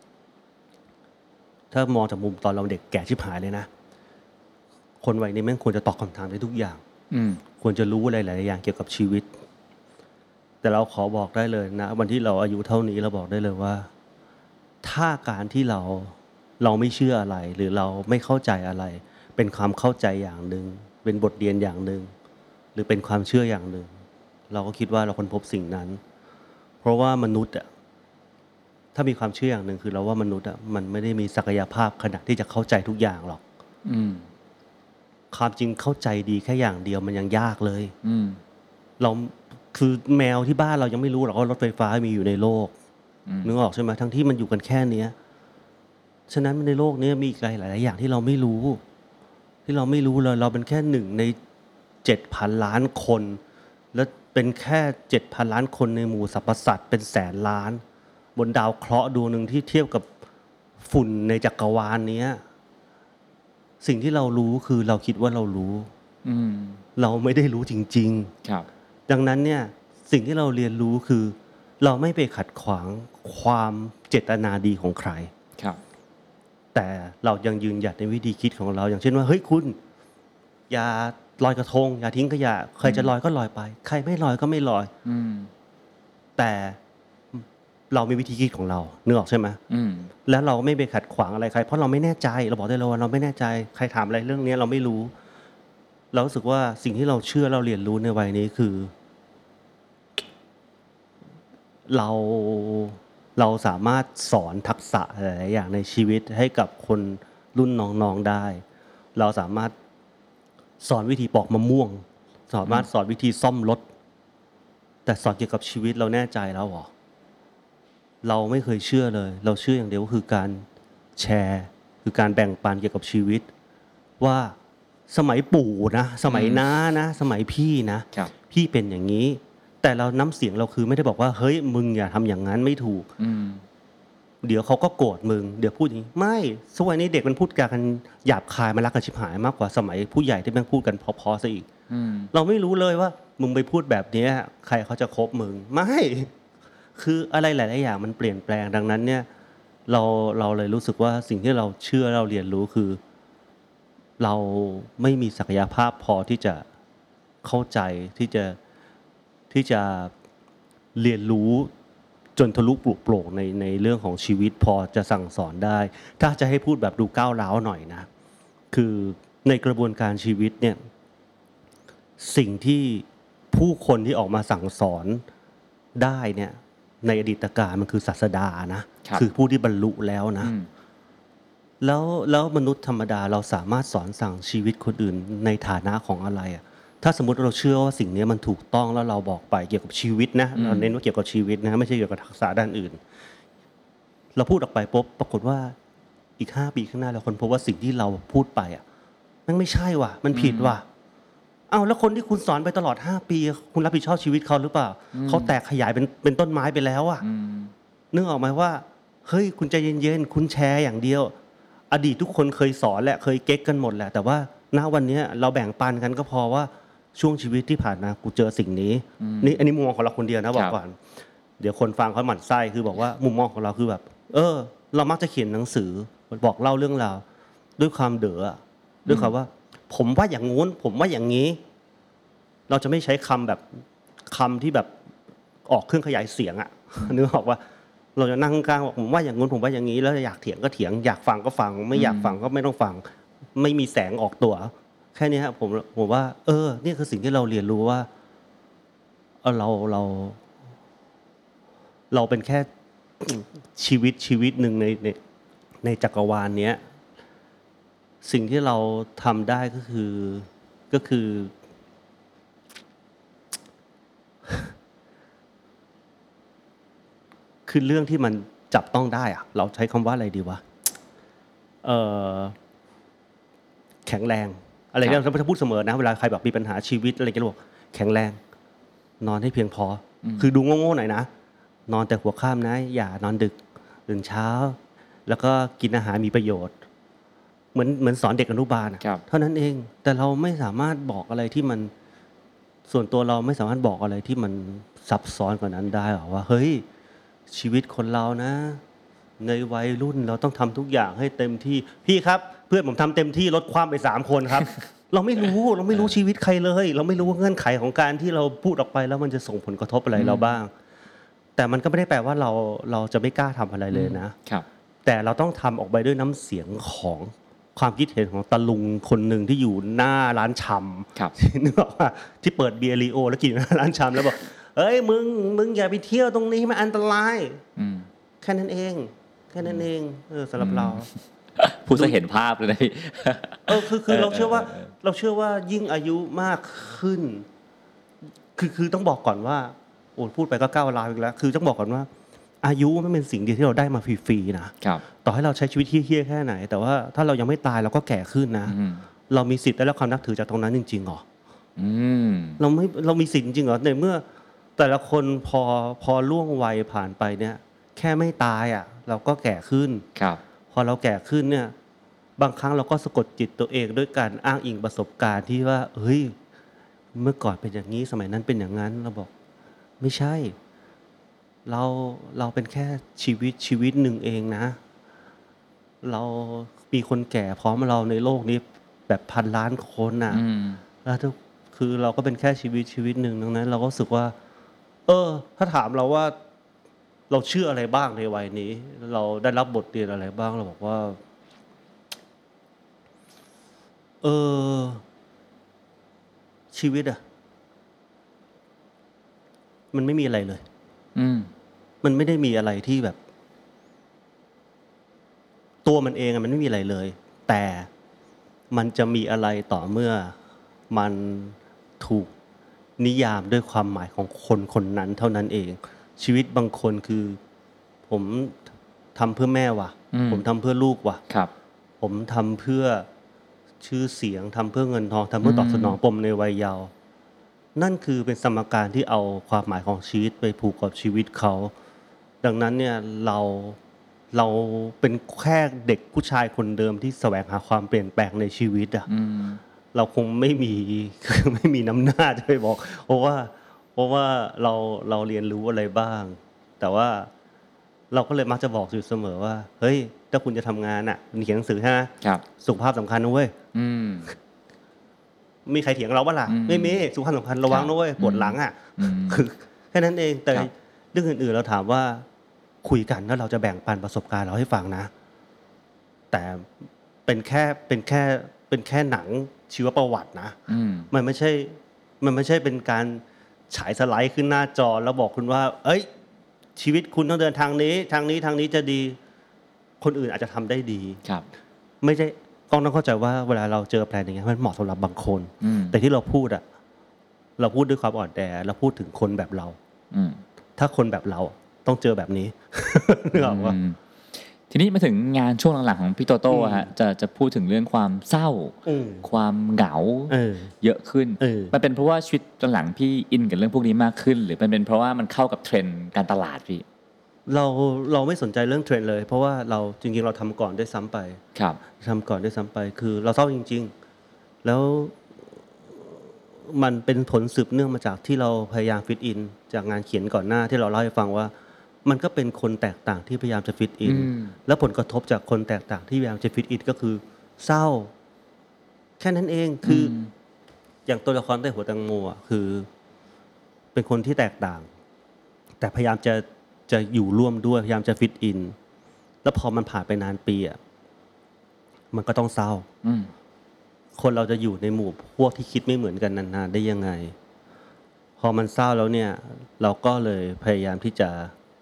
ถ้ามองจากมุมตอนเราเด็กแก่ชิบหายเลยนะคนวัยนี้แม่งควรจะตอบคำถามได้ทุกอย่างควรจะรู้อะไรหลายอย่างเกี่ยวกับชีวิตแต่เราขอบอกได้เลยนะวันที่เราอายุเท่านี้เราบอกได้เลยว่าถ้าการที่เราเราไม่เชื่ออะไรหรือเราไม่เข้าใจอะไรเป็นความเข้าใจอย่างหนึ่งเป็นบทเรียนอย่างหนึ่งหรือเป็นความเชื่ออย่างหนึ่งเราก็คิดว่าเราค้นพบสิ่งนั้นเพราะว่ามนุษย์อ่ะถ้ามีความเชื่ออย่างหนึ่งคือเราว่ามนุษย์อ่ะมันไม่ได้มีศักยภาพขนาดที่จะเข้าใจทุกอย่างหรอกอืมความจริงเข้าใจดีแค่อย่างเดียวมันยังยากเลยอืมเราคือแมวที่บ้านเรายังไม่รู้หรอกว่ารถไฟฟ้ามีอยู่ในโลกนึกออกใช่ไหมทั้งที่มันอยู่กันแค่เนี้ยฉะนั้นในโลกนี้มีอีกหลายๆอย่างที่เราไม่รู้ที่เราไม่รู้เลยเราเป็นแค่หนึ่งในเจ็ดพันล้านคนและเป็นแค่เจ็ดพันล้านคนในหมู่สรรพสัตว์เป็นแสนล้านบนดาวเคราะห์ดวงหนึ่งที่เทียบกับฝุ่นในจักรวาลนี้สิ่งที่เรารู้คือเราคิดว่าเรารู้เราไม่ได้รู้จริงๆครับดังนั้นเนี่ยสิ่งที่เราเรียนรู้คือเราไม่ไปขัดขวางความเจตนาดีของใครครับแต่เรายังยืนหยัดในวิธีคิดของเราอย่างเช่นว่าเฮ้ยคุณอย่าลอยกระทงอย่าทิ้งขยะใครจะลอยก็ลอยไปใครไม่ลอยก็ไม่ลอยแต่เรามีวิธีคิดของเรานึกออกใช่ไหมแล้วเราไม่ไปขัดขวางอะไรใครเพราะเราไม่แน่ใจเราบอกได้เลยว่าเราไม่แน่ใจใครถามอะไรเรื่องนี้เราไม่รู้เรารู้สึกว่าสิ่งที่เราเชื่อเราเรียนรู้ในวัยนี้คือเราเราสามารถสอนทักษะหลายๆอย่างในชีวิตให้กับคนรุ่นน้องๆได้เราสามารถสอนวิธีปอกมะม่วงสามารถสอนวิธีซ่อมรถแต่สอนเกี่ยวกับชีวิตเราแน่ใจแล้วเหรอเราไม่เคยเชื่อเลยเราเชื่ออย่างเดียวก็คือการแชร์คือการแบ่งปันเกี่ยวกับชีวิตว่าสมัยปู่นะสมัยน้านะสมัยพี่นะพี่เป็นอย่างนี้แต่เราน้ำเสียงเราคือไม่ได้บอกว่าเฮ้ยมึงอย่าทำอย่างนั้นไม่ถูกเดี๋ยวเขาก็โกรธมึงเดี๋ยวพูดอย่างนี้ไม่สมัยนี้เด็กมันพูดกันหยาบคายมันรักกันชิบหายมากกว่าสมัยผู้ใหญ่ที่แม่งพูดกันเพอๆซะอีกเราไม่รู้เลยว่ามึงไปพูดแบบนี้ใครเขาจะคบมึงไม่คืออะไรหลายๆอย่างมันเปลี่ยนแปลงดังนั้นเนี่ยเราเราเลยรู้สึกว่าสิ่งที่เราเชื่อเราเรียนรู้คือเราไม่มีศักยภาพพอที่จะเข้าใจที่จะที่จะเรียนรู้จนทะลุปลุกโปร่งในในเรื่องของชีวิตพอจะสั่งสอนได้ถ้าจะให้พูดแบบดูก้าวร้าวหน่อยนะคือในกระบวนการชีวิตเนี่ยสิ่งที่ผู้คนที่ออกมาสั่งสอนได้เนี่ยในอดีตการมันคือศาสดานะคือผู้ที่บรรลุแล้วนะแล้วแล้วมนุษย์ธรรมดาเราสามารถสอนสั่งชีวิตคนอื่นในฐานะของอะไรอ่ะถ้าสมมติเราเชื่อว่าสิ่งนี้มันถูกต้องแล้วเราบอกไปเกี่ยวกับชีวิตนะเราเน้นว่าเกี่ยวกับชีวิตนะไม่ใช่เกี่ยวกับทักษะด้านอื่นเราพูดออกไปปุ๊บปรากฏว่าอีกห้าปีข้างหน้าเราคนพบว่าสิ่งที่เราพูดไปอ่ะมันไม่ใช่ว่ะมันผิดว่ะเอ้าแล้วคนที่คุณสอนไปตลอดห้าปีคุณรับผิดชอบชีวิตเขาหรือเปล่าเขาแตกขยายเป็นเป็นต้นไม้ไปแล้วอ่ะนึกออกไหมว่าเฮ้ยคุณใจเย็นๆคุณแชร์อย่างเดียวอดีตทุกคนเคยสอนแหละเคยเก๊กกันหมดแหละแต่ว่าณวันนี้เราแบ่งปันกันก็พอว่าช่วงชีวิตที่ผ่านมากูเจอสิ่งนี้นี่อันนี้มุมมองของเราคนเดียวนะบอกก่อนเดี๋ยวคนฟังเขาหมั่นไส้คือบอกว่ามุมมองของเราคือแบบเออเรามักจะเขียนหนังสือบอกเล่าเรื่องราวด้วยความเด๋อด้วยคำว่าผมว่าอย่างงู้นผมว่าอย่างนี้เราจะไม่ใช้คำแบบคำที่แบบออกเครื่องขยายเสียงอะนึกออกว่าเราจะนั่งกลางบอกผมว่าอย่างงู้นผมว่าอย่างนี้แล้วอยากเถียงก็เถียงอยากฟังก็ฟังไม่อยากฟังก็ไม่ต้องฟังไม่มีแสงออกตัวแค่นี้ครับผมผมว่าเออนี่คือสิ่งที่เราเรียนรู้ว่าเออเราเราเราเป็นแค่ชีวิตชีวิตหนึ่งในในในจักรวาลเนี้ยสิ่งที่เราทำได้ก็คือก็คือ คือเรื่องที่มันจับต้องได้อะเราใช้คำว่าอะไรดีวะเออแข็งแรงอะไรเนี่ยเราจะพูดเสมอนะเวลาใครแบบมีปัญหาชีวิตอะไรกันบอกแข็งแรงนอนให้เพียงพอคือดูโง่ๆหน่อยนะนอนแต่หัวค่ำนะอย่านอนดึกตื่นเช้าแล้วก็กินอาหารมีประโยชน์เหมือนเหมือนสอนเด็กอนุบาลเท่านั้นเองแต่เราไม่สามารถบอกอะไรที่มันส่วนตัวเราไม่สามารถบอกอะไรที่มันซับซ้อนกว่านั้นได้หรอว่าเฮ้ยชีวิตคนเรานะในวัยรุ่นเราต้องทำทุกอย่างให้เต็มที่พี่ครับเพื่อนผมทำเต็มที่ลดความไปสามคนครับ เราไม่รู้เราไม่รู้ชีวิตใครเลยเราไม่รู้ว่าเงื่อนไขของการที่เราพูดออกไปแล้วมันจะส่งผลกระทบอะไรเราบ้างแต่มันก็ไม่ได้แปลว่าเราเราจะไม่กล้าทำอะไรเลยนะครับแต่เราต้องทำออกไปด้วยน้ำเสียงของความคิดเห็นของตะลุงคนหนึ่งที่อยู่หน้าร้านชำนึกออกว่าที่เปิดเบียร์ลีโอแล้วกินหน้าร้านชำแล้วบอกเอ้ยมึงมึงอย่าไปเที่ยวตรงนี้มันอันตรายแค่นั้นเองแค่นั้นเองเออสำหรับเราพูดจะเห็นภาพเลยนะพี่เออคือคือเราเชื่อว่าเราเชื่อว่ายิ่งอายุมากขึ้นคือคือต้องบอกก่อนว่าโอ้พูดไปก็ก้าวร้าวอีกแล้วคือต้องบอกก่อนว่าอายุไม่เป็นสิ่งเดียวที่เราได้มาฟรีๆนะต่อให้เราใช้ชีวิตเหี้ยๆแค่ไหนแต่ว่าถ้าเรายังไม่ตายเราก็แก่ขึ้นนะเรามีสิทธิ์ได้รับความนับถือจากตรงนั้นจริงๆหรอเราไม่เรามีสิทธิ์จริงเหรอในเมื่อแต่ละคนพอพอล่วงวัยผ่านไปเนี่ยแค่ไม่ตายอ่ะเราก็แก่ขึ้นพอเราแก่ขึ้นเนี่ยบางครั้งเราก็สะกดจิตตัวเองด้วยการอ้างอิงประสบการณ์ที่ว่าเฮ้ยเมื่อก่อนเป็นอย่างนี้สมัยนั้นเป็นอย่างนั้นเราบอกไม่ใช่เราเราเป็นแค่ชีวิตชีวิตหนึ่งเองนะเรามีคนแก่พร้อมเราในโลกนี้แบบพันล้านคนน่ะแล้วทุกคือเราก็เป็นแค่ชีวิตชีวิตหนึ่งดังนั้นเราก็รู้สึกว่าเออถ้าถามเราว่าเราเชื่ออะไรบ้างในวัยนี้เราได้รับบทเรียนอะไรบ้างเราบอกว่าเออชีวิตอะมันไม่มีอะไรเลยอืมมันไม่ได้มีอะไรที่แบบตัวมันเองมันไม่มีอะไรเลยแต่มันจะมีอะไรต่อเมื่อมันถูกนิยามด้วยความหมายของคนคนนั้นเท่านั้นเองชีวิตบางคนคือผมทำเพื่อแม่ว่ะผมทำเพื่อลูกว่ะผมทำเพื่อชื่อเสียงทำเพื่อเงินทองทำเพื่อตอบสนองปมในวัยเยาว์นั่นคือเป็นสมการที่เอาความหมายของชีวิตไปผูกกับชีวิตเขาดังนั้นเนี่ยเราเราเป็นแค่เด็กผู้ชายคนเดิมที่แสวงหาความเปลี่ยนแปลงในชีวิตอ่ะเราคงไม่มีไม่มีน้ำหน้าจะไปบอกเพราะว่าเพราะว่าเราเราเรียนรู้อะไรบ้างแต่ว่าเราก็เลยมักจะบอกอยู่เสมอว่าเฮ้ยถ้าคุณจะทำงานอ่ะเขียนหนังสือใช่ไหมสุขภาพสำคัญนะเว้ยมีใครเถียงเราบ้างล่ะไม่มีสุขภาพสำคัญระวังนะเว้ยปวดหลังอ่ะคือแค่นั้นเองแต่เรื่องอื่นๆเราถามว่าคุยกันแล้วเราจะแบ่งปันประสบการณ์เราให้ฟังนะแต่เป็นแค่เป็นแค่เป็นแค่หนังชีวประวัตินะมันไม่ใช่มันไม่ใช่เป็นการฉายสไลด์ขึ้นหน้าจอแล้วบอกคุณว่าเอ้ยชีวิตคุณต้องเดินทางนี้ทางนี้ทางนี้จะดีคนอื่นอาจจะทำได้ดีไม่ใช่ต้องต้องเข้าใจว่าเวลาเราเจอแผนอย่างเงี้ยมันเหมาะสำหรับบางคนแต่ที่เราพูดอะเราพูดด้วยความอ่อนแอเราพูดถึงคนแบบเราถ้าคนแบบเราต้องเจอแบบนี้นึกออกว่าทีนี้มาถึงงานช่วงหลังๆของพี่โตโต้ฮะจะจะพูดถึงเรื่องความเศร้าความเหงาเยอะขึ้นมันเป็นเพราะว่าชีวิตหลังพี่อินกับเรื่องพวกนี้มากขึ้นหรือมันเป็นเพราะว่ามันเข้ากับเทรนด์การตลาดพี่เราเราไม่สนใจเรื่องเทรนด์เลยเพราะว่าเราจริงๆเราทำก่อนด้วยซ้ำไปครับทำก่อนด้วยซ้ำไปคือเราเศร้าจริงๆแล้วมันเป็นผลสืบเนื่องมาจากที่เราพยายามฟิตอินจากงานเขียนก่อนหน้าที่เราเล่าให้ฟังว่ามันก็เป็นคนแตกต่างที่พยายามจะฟิตอินแล้วผลกระทบจากคนแตกต่างที่พยายามจะฟิตอินก็คือเศร้าแค่นั้นเองคืออย่างตัวละครใต้หัวแตงโมอ่ะคือเป็นคนที่แตกต่างแต่พยายามจะจะอยู่ร่วมด้วยพยายามจะฟิตอินแล้วพอมันผ่านไปนานปีอ่ะมันก็ต้องเศร้าคนเราจะอยู่ในหมู่พวกที่คิดไม่เหมือนกันนานๆได้ยังไงพอมันเศร้าแล้วเนี่ยเราก็เลยพยายามที่จะ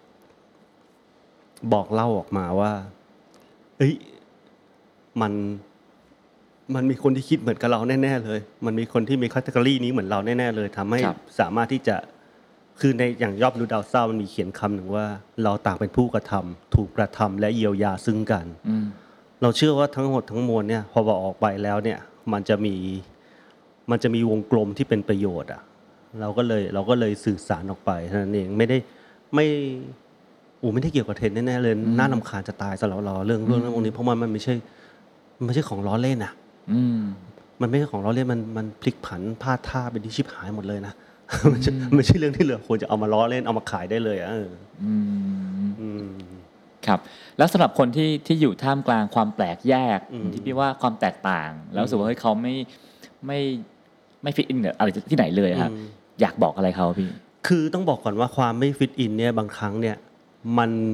บอกเล่าออกมาว่าเอ้ยมันมันมีคนที่คิดเหมือนกับเราแน่ๆเลยมันมีคนที่มีแคตตากรีนี้เหมือนเราแน่ๆเลยทำให้สามารถที่จะคือในอย่างยอดมนุษย์ดาวเศร้ามันมีเขียนคำหนึ่งว่าเราต่างเป็นผู้กระทำถูกกระทำและเยียวยาซึ่งกันเราเชื่อว่าทั้งหมดทั้งมวลเนี่ยพอบอกออกไปแล้วเนี่ยมันจะมีมันจะมีวงกลมที่เป็นประโยชน์อ่ะเราก็เลยเราก็เลยสื่อสารออกไปเท่านั้นเองไม่ได้ไม่โอ้ไม่ได้เกี่ยวกับเทรนด์แน่ๆเลยน่ารำคาญจะตายสำหรับเราเรื่องเรื่องพวกนี้เพราะมันมันไม่ใช่มันไม่ใช่ของล้อเล่นอ่ะมันไม่ใช่ของล้อเล่นมันมันพลิกผันพลาดท่าเป็นที่ชิบหายหมดเลยนะไม่ใช่ไม่ใช่เรื่องที่เหลือควรจะเอามาล้อเล่นเอามาขายได้เลยอ่ะครับแล้วสำหรับคนที่ที่อยู่ท่ามกลางความแปลกแยกที่พี่ว่าความแตกต่างแล้วรู้สึกว่าเฮ้ยเขาไม่ไม่ไม่ฟิตอินอะไรที่ไหนเลยครับอยากบอกอะไรเขาพี่คือต้องบอกก่อนว่าความไม่ฟิตอินเนี่ยบางครั้งเนี่ยมัน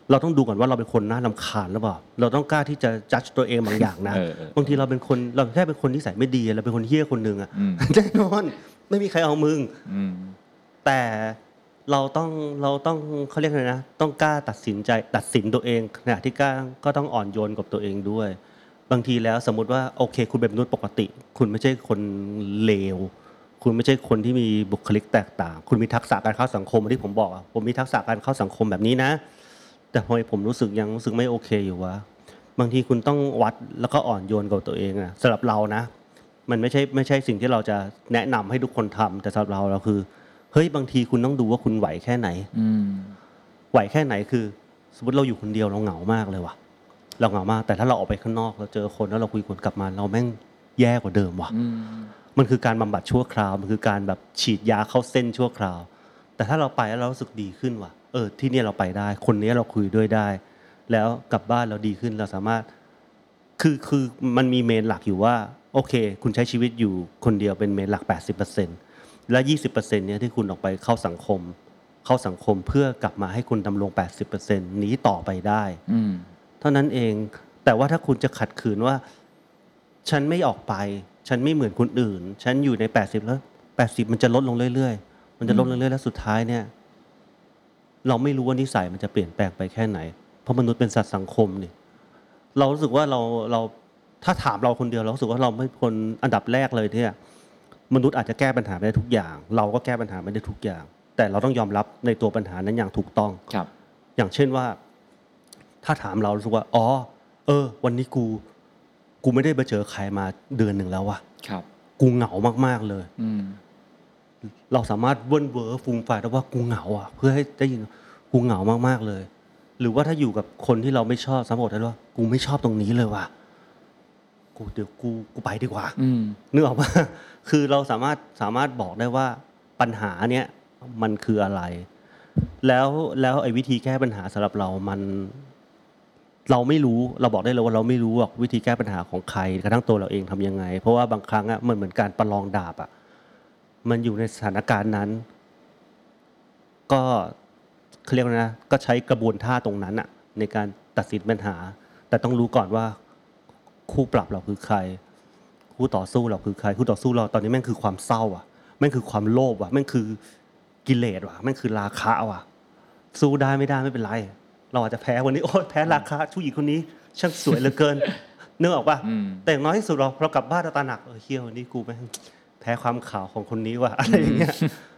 เราต้องดูก่อนว่าเราเป็นคนน่ารำคาญหรือเปล่าเราต้องกล้าที่จะจัดตัวเองบางอย่างนะเออเออบางทีเราเป็นคนเราแค่เป็นคนนิสัยไม่ดีเราเป็นคนเหี้ยคนหนึ่งอ่ะอืมแน่นอนไม่มีใครเอามึงอืมแต่เราต้องเราต้องเขาเรียกอะไรนะต้องกล้าตัดสินใจตัดสินตัวเองขณะที่กล้าก็ต้องอ่อนโยนกับตัวเองด้วย บางทีแล้วสมมติว่าโอเค คุณเป็นมนุษย์ปกติ คุณไม่ใช่คนเลวคุณไม่ใช่คนที่มีบุคลิกแตกต่าง คุณมีทักษะการเข้าสังคมที่ผมบอกอะผมมีทักษะการเข้าสังคมแบบนี้นะ แต่พอผมรู้สึกยังรู้สึกไม่โอเคอยู่วะบางทีคุณต้องวัดแล้วก็อ่อนโยนกับตัวเองอะสำหรับเรานะ มันไม่ใช่ไม่ใช่สิ่งที่เราจะแนะนำให้ทุกคนทำแต่สำหรับเราเราคือเฮ้ยบางทีคุณต้องดูว่าคุณไหวแค่ไหนอืมไหวแค่ไหนคือ สมมติเราอยู่คนเดียวเราเหงามากเลยว่ะเราเหงามากแต่ถ้าเราออกไปข้างนอกเราเจอคนแล้วเราคุยคนกลับมาเราแม่งแย่กว่าเดิมว่ะอืมมันคือการบำบัดชั่วคราวมันคือการแบบฉีดยาเข้าเส้นชั่วคราว แต่ถ้าเราไปแล้วเรารู้สึกดีขึ้นว่ะเออที่เนี่ยเราไปได้คนนี้เราคุยด้วยได้ แล้วกลับบ้านเราดีขึ้นเราสามารถคือคือมันมีเมนหลักอยู่ว่าโอเค คุณใช้ชีวิตอยู่คนเดียวเป็นเมนหลัก แปดสิบเปอร์เซ็นต์ และ ยี่สิบเปอร์เซ็นต์ เนี่ยที่คุณออกไปเข้าสังคม เข้าสังคมเพื่อกลับมาให้คุณดำรง แปดสิบเปอร์เซ็นต์ นี้ต่อไปได้อืมเท่านั้นเอง แต่ว่าถ้าคุณจะขัดขืนว่า ฉันไม่ออกไป ฉันไม่เหมือนคนอื่น ฉันอยู่ใน แปดสิบ แล้ว แปดสิบ มันจะลดลงเรื่อยๆ มันจะลดลงเรื่อยๆ แล้วสุดท้ายเนี่ย เราไม่รู้ว่านิสัยมันจะเปลี่ยนแปลงไปแค่ไหน เพราะมนุษย์เป็นสัตว์สังคมนี่ เรารู้สึกว่าเราเราถ้าถามเราคนเดียวเรารู้สึกว่าเราไม่คนอันดับแรกเลยเนี่ยมนุษย์อาจจะแก้ปัญหาไม่ได้ทุกอย่าง เราก็แก้ปัญหาไม่ได้ทุกอย่าง แต่เราต้องยอมรับในตัวปัญหานั้นอย่างถูกต้องครับอย่างเช่นว่า ถ้าถามเรารู้สึกว่าอ๋อเออ วันนี้กูกูไม่ได้ไปเจอใครมาเดือนหนึ่งแล้วว่ะครับกูเหงามากๆเลยอืมเราสามารถเวิ้นเว้อฟูมฟายได้ว่ากูเหงาอ่ะเพื่อให้ได้ยินกูเหงามากๆเลย หรือว่าถ้าอยู่กับคนที่เราไม่ชอบสมมติได้ว่ากูไม่ชอบตรงนี้เลยว่ะกูเดี๋ยวกูกูไปดีกว่าอืมนึกออกปะ คือเราสามารถสามารถบอกได้ว่าปัญหาเนี้ยมันคืออะไร แล้วแล้วไอ้วิธีแก้ปัญหาสำหรับเรามันเราไม่รู้เราบอกได้เลยว่าเราไม่รู้หรอกวิธีแก้ปัญหาของใครกระทั่งตัวเราเองทำยังไง เพราะว่าบางครั้งอ่ะมันเหมือนการประลองดาบอ่ะมันอยู่ในสถานการณ์นั้น ก็เขาเรียกว่านะก็ใช้กระบวนท่าตรงนั้นอ่ะในการตัดสินปัญหา แต่ต้องรู้ก่อนว่าคู่ปรับเราคือใคร คู่ต่อสู้เราคือใครคู่ต่อสู้เราตอนนี้แม่งคือความเศร้าอ่ะแม่งคือความโลภอ่ะแม่งคือกิเลสว่ะแม่งคือราคะว่ะสู้ได้ไม่ได้ไม่เป็นไรเราอาจจะแพ้วันนี้โอ้แพ้ราคะผู้หญิงคนนี้ช่างสวยเหลือเกินนึกออกป่ะอืมแต่อย่างน้อยที่สุดเราเรากลับบ้านเราตระหนักเออเฮียวันนี้กูแม่งแพ้ความขาวของคนนี้ว่ะอะไรอย่างเงี้ย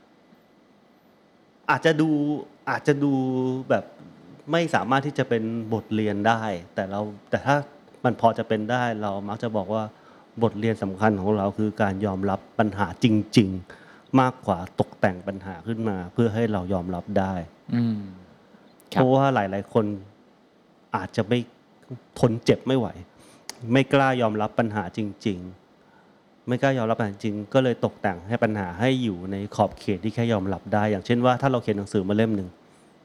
อาจจะดูอาจจะดูแบบไม่สามารถที่จะเป็นบทเรียนได้ แต่เราแต่ถ้ามันพอจะเป็นได้ เรามักจะบอกว่าบทเรียนสำคัญของเราคือการยอมรับปัญหาจริง ๆ มากกว่าตกแต่งปัญหาขึ้นมา เพื่อให้เรายอมรับได้อืม คเพรับราะว่าหลาย ๆ คนอาจจะไม่ทนเจ็บไม่ไหว ไม่กล้ายอมรับปัญหาจริง ๆ ไม่กล้ายอมรับปัญหาจริงก็เลยตกแต่งให้ปัญหาให้อยู่ในขอบเขตที่แค่ยอมรับได้ อย่างเช่นว่าถ้าเราเขียนหนังสือมาเล่มหนึ่ง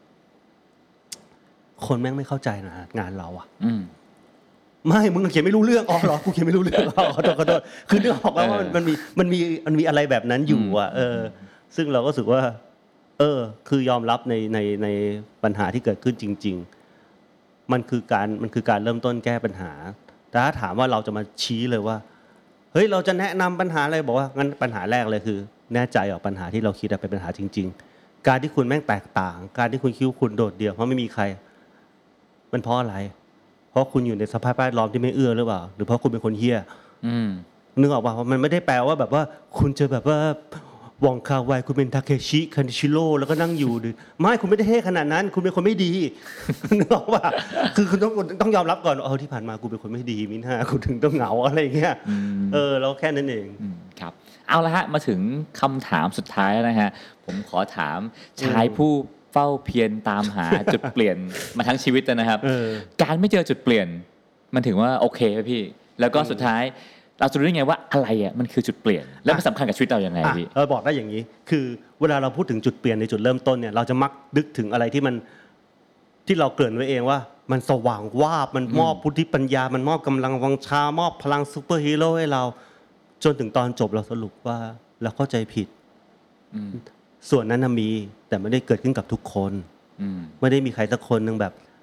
คนแม่งไม่เข้าใจนะงานเราอะอืมไม่มึงเขียนไม่รู้เรื่องอ๋อเหรอกูเขียนไม่รู้เรื่องอ๋อขอโทษขอโทษคือนึกออกว่ามันมันมีมันมีมันมีอะไรแบบนั้นอยู่อ่ะเออ ซึ่งเราก็รู้สึกว่า เออ คือยอมรับในในในปัญหาที่เกิดขึ้นจริง ๆ มันคือการมันคือการเริ่มต้นแก้ปัญหาแต่ถ้าถามว่าเราจะมาชี้เลยว่าเฮ้ยเราจะแนะนำปัญหาอะไรบอกว่างั้นปัญหาแรกเลยคือ แน่ใจออกปัญหาที่เราคิดเป็นปัญหาจริง ๆ การที่คุณแม่งแตกต่าง การที่คุณคิดว่าคุณโดดเดี่ยวเพราะไม่มีใคร มันเพราะอะไร เพราะคุณอยู่ในสภาพแวดล้อมที่ไม่เอื้อหรือเปล่า หรือเพราะคุณเป็นคนเหี้ยอืมนึกออกป่ะมันไม่ได้แปลว่าแบบว่าคุณจะแบบว่าวองคาไวคุณเป็นทาเคชิคันชิโร่แล้วก็นั่งอยู่ดิไม่คุณไม่ได้เท่ขนาดนั้น คุณเป็นคนไม่ดี นึกออกป่ะคือคุณต้องต้องยอมรับก่อนเออที่ผ่านมากูเป็นคนไม่ดีมิน่ากูถึงต้องเหงาอะไรอย่างเงี้ยเออแล้วแค่นั้นเองอืม ครับ เอาละฮะ มาถึงคำถามสุดท้ายแล้วนะฮะ ผมขอถามชายผู้เฝ้าเพียรตามหา จุดเปลี่ยนมาทั้งชีวิตนะครับเออการไม่เจอจุดเปลี่ยน มันถึงว่าโอเคไหมพี่ แล้วก็สุดท้ายเราจะรู้ได้ไงว่าอะไรอ่ะมันคือจุดเปลี่ยน แล้วมันสำคัญกับชีวิตเราอย่างไรพี่เออบอกได้อย่างนี้ คือเวลาเราพูดถึงจุดเปลี่ยนในจุดเริ่มต้นเนี่ยเราจะมักนึกถึงอะไรที่มันที่เราเกริ่นไว้เองว่า มันสว่างวาบมันมอบพุทธิปัญญา มันมอบกำลังวังชามอบพลังซูเปอร์ฮีโร่ให้เราจนถึงตอนจบเราสรุปว่าเราเข้าใจผิดอืมส่วนนั้นนะมีแต่ไม่ได้เกิดขึ้นกับทุกคนอืมไม่ได้มีใครสักคนหนึ่งแบบ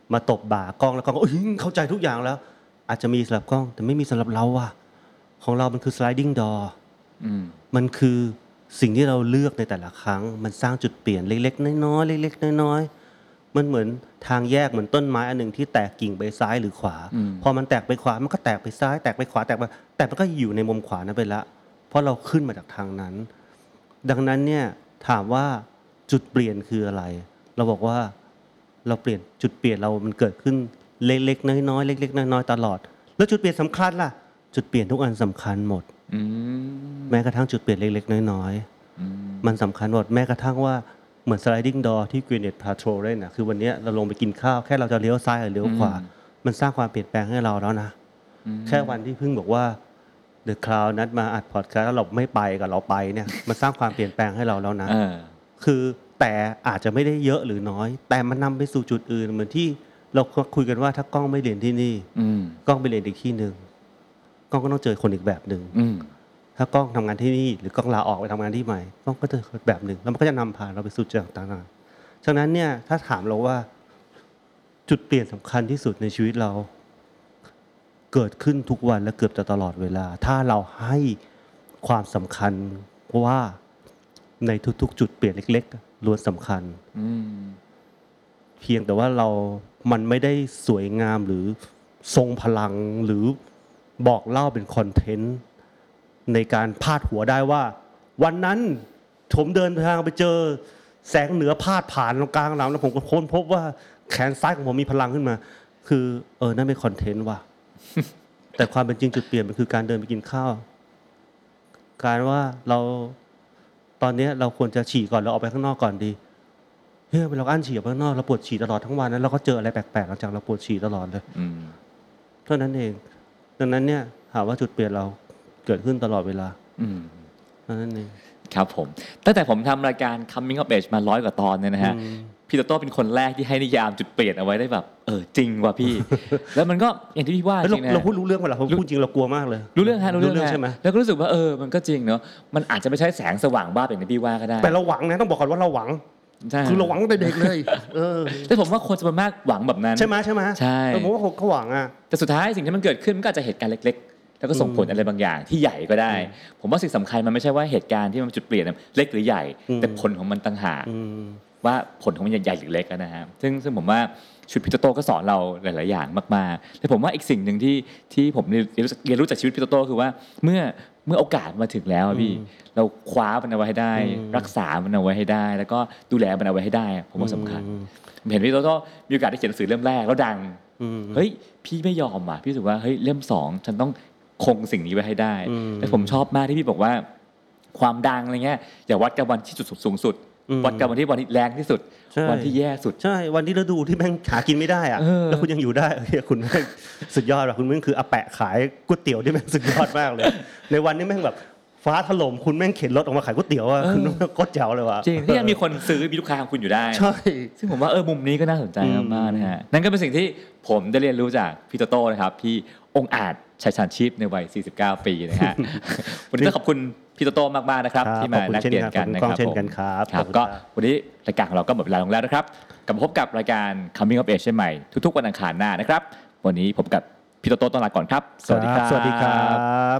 มาตบบ่ากล้องแล้วกล้องก็เอ้ยเข้าใจทุกอย่างแล้วอาจจะมีสำหรับกล้องแต่ไม่มีสำหรับเราอ่ะของเรามันคือ sliding door อืมมันคือสิ่งที่เราเลือกในแต่ละครั้งมันสร้างจุดเปลี่ยนเล็กๆน้อยๆเล็กๆน้อยๆมันเหมือนทางแยกเหมือนต้นไม้อันนึงที่แตกกิ่งไปซ้ายหรือขวาพอมันแตกไปขวามันก็แตกไปซ้ายแตกไปขวาแตกไปแต่มันก็อยู่ในมุมขวานั้นไปละเพราะเราขึ้นมาจากทางนั้นดังนั้นเนี่ยถามว่าจุดเปลี่ยนคืออะไรเราบอกว่าเราเปลี่ยนจุดเปลี่ยนเรามันเกิดขึ้นเล็กๆน้อยๆเล็กๆน้อยๆตลอดแล้วจุดเปลี่ยนสำคัญล่ะจุดเปลี่ยนทุกอันสำคัญหมดแม้กระทั่งจุดเปลี่ยนเล็กๆน้อยๆมันสำคัญหมดแม้กระทั่งว่าเหมือน sliding door ที่ Gwyneth Paltrow เล่นน่ะคือวันนี้เราลงไปกินข้าวแค่เราจะเลี้ยวซ้ายหรือเลี้ยวขวามันสร้างความเปลี่ยนแปลงให้เราแล้วนะแค่วันที่เพิ่งบอกว่า The Cloud นัดมาอัดพอดแคสต์แล้วเราไม่ไปกับเราไปเนี่ยมันสร้างความเปลี่ยนแปลงให้เราแล้วนะคือแต่อาจจะไม่ได้เยอะหรือน้อยแต่มันนำไปสู่จุดอื่นเหมือนที่เราคุยกันว่าถ้ากล้องไม่เรียนที่นี่กล้องไปเรียนอีกที่นึงกล้องก็ต้องเจอคนอีกแบบนึงถ้ากล้องทำงานที่นี่หรือกล้องลาออกไปทำงานที่ใหม่กล้องก็เจอแบบนึงแล้วมันก็จะนำพาเราไปสู่จุดต่างๆฉะนั้นเนี่ยถ้าถามเราว่าจุดเปลี่ยนสำคัญที่สุดในชีวิตเราเกิดขึ้นทุกวันและเกือบจะตลอดเวลาถ้าเราให้ความสำคัญว่าในทุกๆจุดเปลี่ยนเล็กๆล้วนสำคัญเพียงแต่ว่าเรามันไม่ได้สวยงามหรือทรงพลังหรือบอกเล่าเป็นคอนเทนต์ในการพาดหัวได้ว่าวันนั้นผมเดินทางไปเจอแสงเหนือพาดผ่านตรงกลางหลังแล้วผมก็ค้นพบว่าแขนซ้ายของผมมีพลังขึ้นมาคือเออนั่นเป็นคอนเทนต์ว่ะ แต่ความเป็นจริงจุดเปลี่ยนมันคือการเดินไปกินข้าวการว่าเราตอนนี้เราควรจะฉี่ก่อนเราออกไปข้างนอกก่อนดีเฮ้ยเราอั้นฉี่ออกไปข้างนอกเราปวดฉี่ตลอดทั้งวันนั้นเราก็เจออะไรแปลกๆหลังจากเราปวดฉี่ตลอดเลยเท่านั้นเองดังนั้นเนี่ยถามว่าจุดเปลี่ยนเราเกิดขึ้นตลอดเวลาเท่านั้นเองครับผมตั้งแต่ผมทำรายการ Coming of Age มาร้อยกว่าตอนเนี่ยนะฮะพี่โตโต้เป็นคนแรกที่ให้นิยามจุดเปลี่ยนเอาไว้ได้แบบเออจริงว่ะพี่ แล้วมันก็อย่างที่พี่ว่าจริงนะเราพูดรู้เรื่องเวลาเราพูดจริงเรากลัวมากเลยรู้เรื่องฮะรู้เรื่องใช่ไหมแล้วก็รู้สึกว่าเออมันก็จริงเนอะมันอาจจะไม่ใช่แสงสว่างบ้าอย่างที่พี่ว่าก็ได้แต่เราหวังนะต้องบอกก่อนว่าเราหวังคือเราหวังตั้งแต่เด็กเลยเออแต่ผมว่าคนจำนวนมากหวังแบบนั้นใช่ไหมใช่ไหมใช่ผมว่าเขาหวังอ่ะแต่สุดท้ายสิ่งที่มันเกิดขึ้นมันก็อาจจะเหตุการณ์เล็กๆแล้วก็ส่งผลอะไรบางอย่างที่ใหญ่ก็ได้ผมว่าสิ่งสำคัญมันไม่ใช่ว่าเหตุการณ์ที่มันจุดเปลี่ยนเล็กหรือใหญ่แต่ผลของมันต่างหากว่าผลของมันใหญ่หรือเล็กนะฮะซึ่งซึ่งผมว่าชุดพี่โตโต้ก็สอนเราหลายๆอย่างมากๆแต่ผมว่าอีกสิ่งหนึ่งที่ที่ผมเรียนรู้จากชีวิตพี่โตโต้คือว่าเมื่อเมื่อโอกาสมาถึงแล้วพี่เราคว้ามันเอาไว้ให้ได้รักษามันเอาไว้ให้ได้แล้วก็ดูแลมันเอาไว้ให้ได้ผมว่าสำคัญเห็นพี่โตโต้มีโอกาสได้เขียนหนังสือเล่มแรกแล้วดังเฮ้ยพี่ไม่ยอมอ่ะพี่รู้สึกว่าเฮ้ยเล่มสองฉันต้องคงสิ่งนี้ไว้ให้ได้และผมชอบมากที่พี่บอกว่าความดังอะไรเงี้ยอย่าวัดกับวันที่จุดสูงสุดวัดกับวันที่วันที่แรงที่สุดวันที่แย่สุดใช่วันที่ฤดูที่แม่งหากินไม่ได้อะแล้วคุณยังอยู่ได้คุณแม่งสุดยอดว่ะคุณแม่งคืออาแปะขายก๋วยเตี๋ยวที่แม่งสุดยอดมากเลยในวันนี้แม่งแบบฟ้าถล่มคุณแม่งเข็นรถออกมาขายก๋วยเตี๋ยวอ่ะคุณโคตรเจ๋วเลยว่ะจริงที่ยังมีคนซื้อมีลูกค้าของคุณอยู่ได้ใช่ซึ่งผมว่าเออมุมนี้ก็น่าสนใจมากๆนะฮะนั่นก็เป็นสิ่งที่ผมได้เรียนรู้จากพี่โตโต้นะครับที่องค์อาจชัยชาญชีพในวัยสี่สิบเก้าปีนะฮะวันนี้ต้องขอบคุณพี่โตโต้มากๆนะครับที่มาแลกเปลี่ยนกันนะครับเช่นกันครับครับก็วันนี้รายการของเราก็หมดเวลาลงแล้วนะครับกลับมาพบกับรายการ Coming of Age ใหม่ทุกๆวันอังคารหน้านะครับวันนี้ผมกับพี่โตโต้ต้องลาก่อนครับสวัสดีครับสวัสดีครับ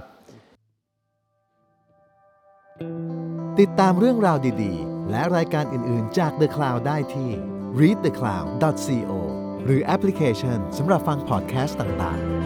ติดตามเรื่องราวดีๆและรายการอื่นๆจาก The Cloud ได้ที่ รีด เดอะ คลาวด์ ดอท ซี โอ หรือแอปพลิเคชันสำหรับฟังพอดแคสต์ต่างๆ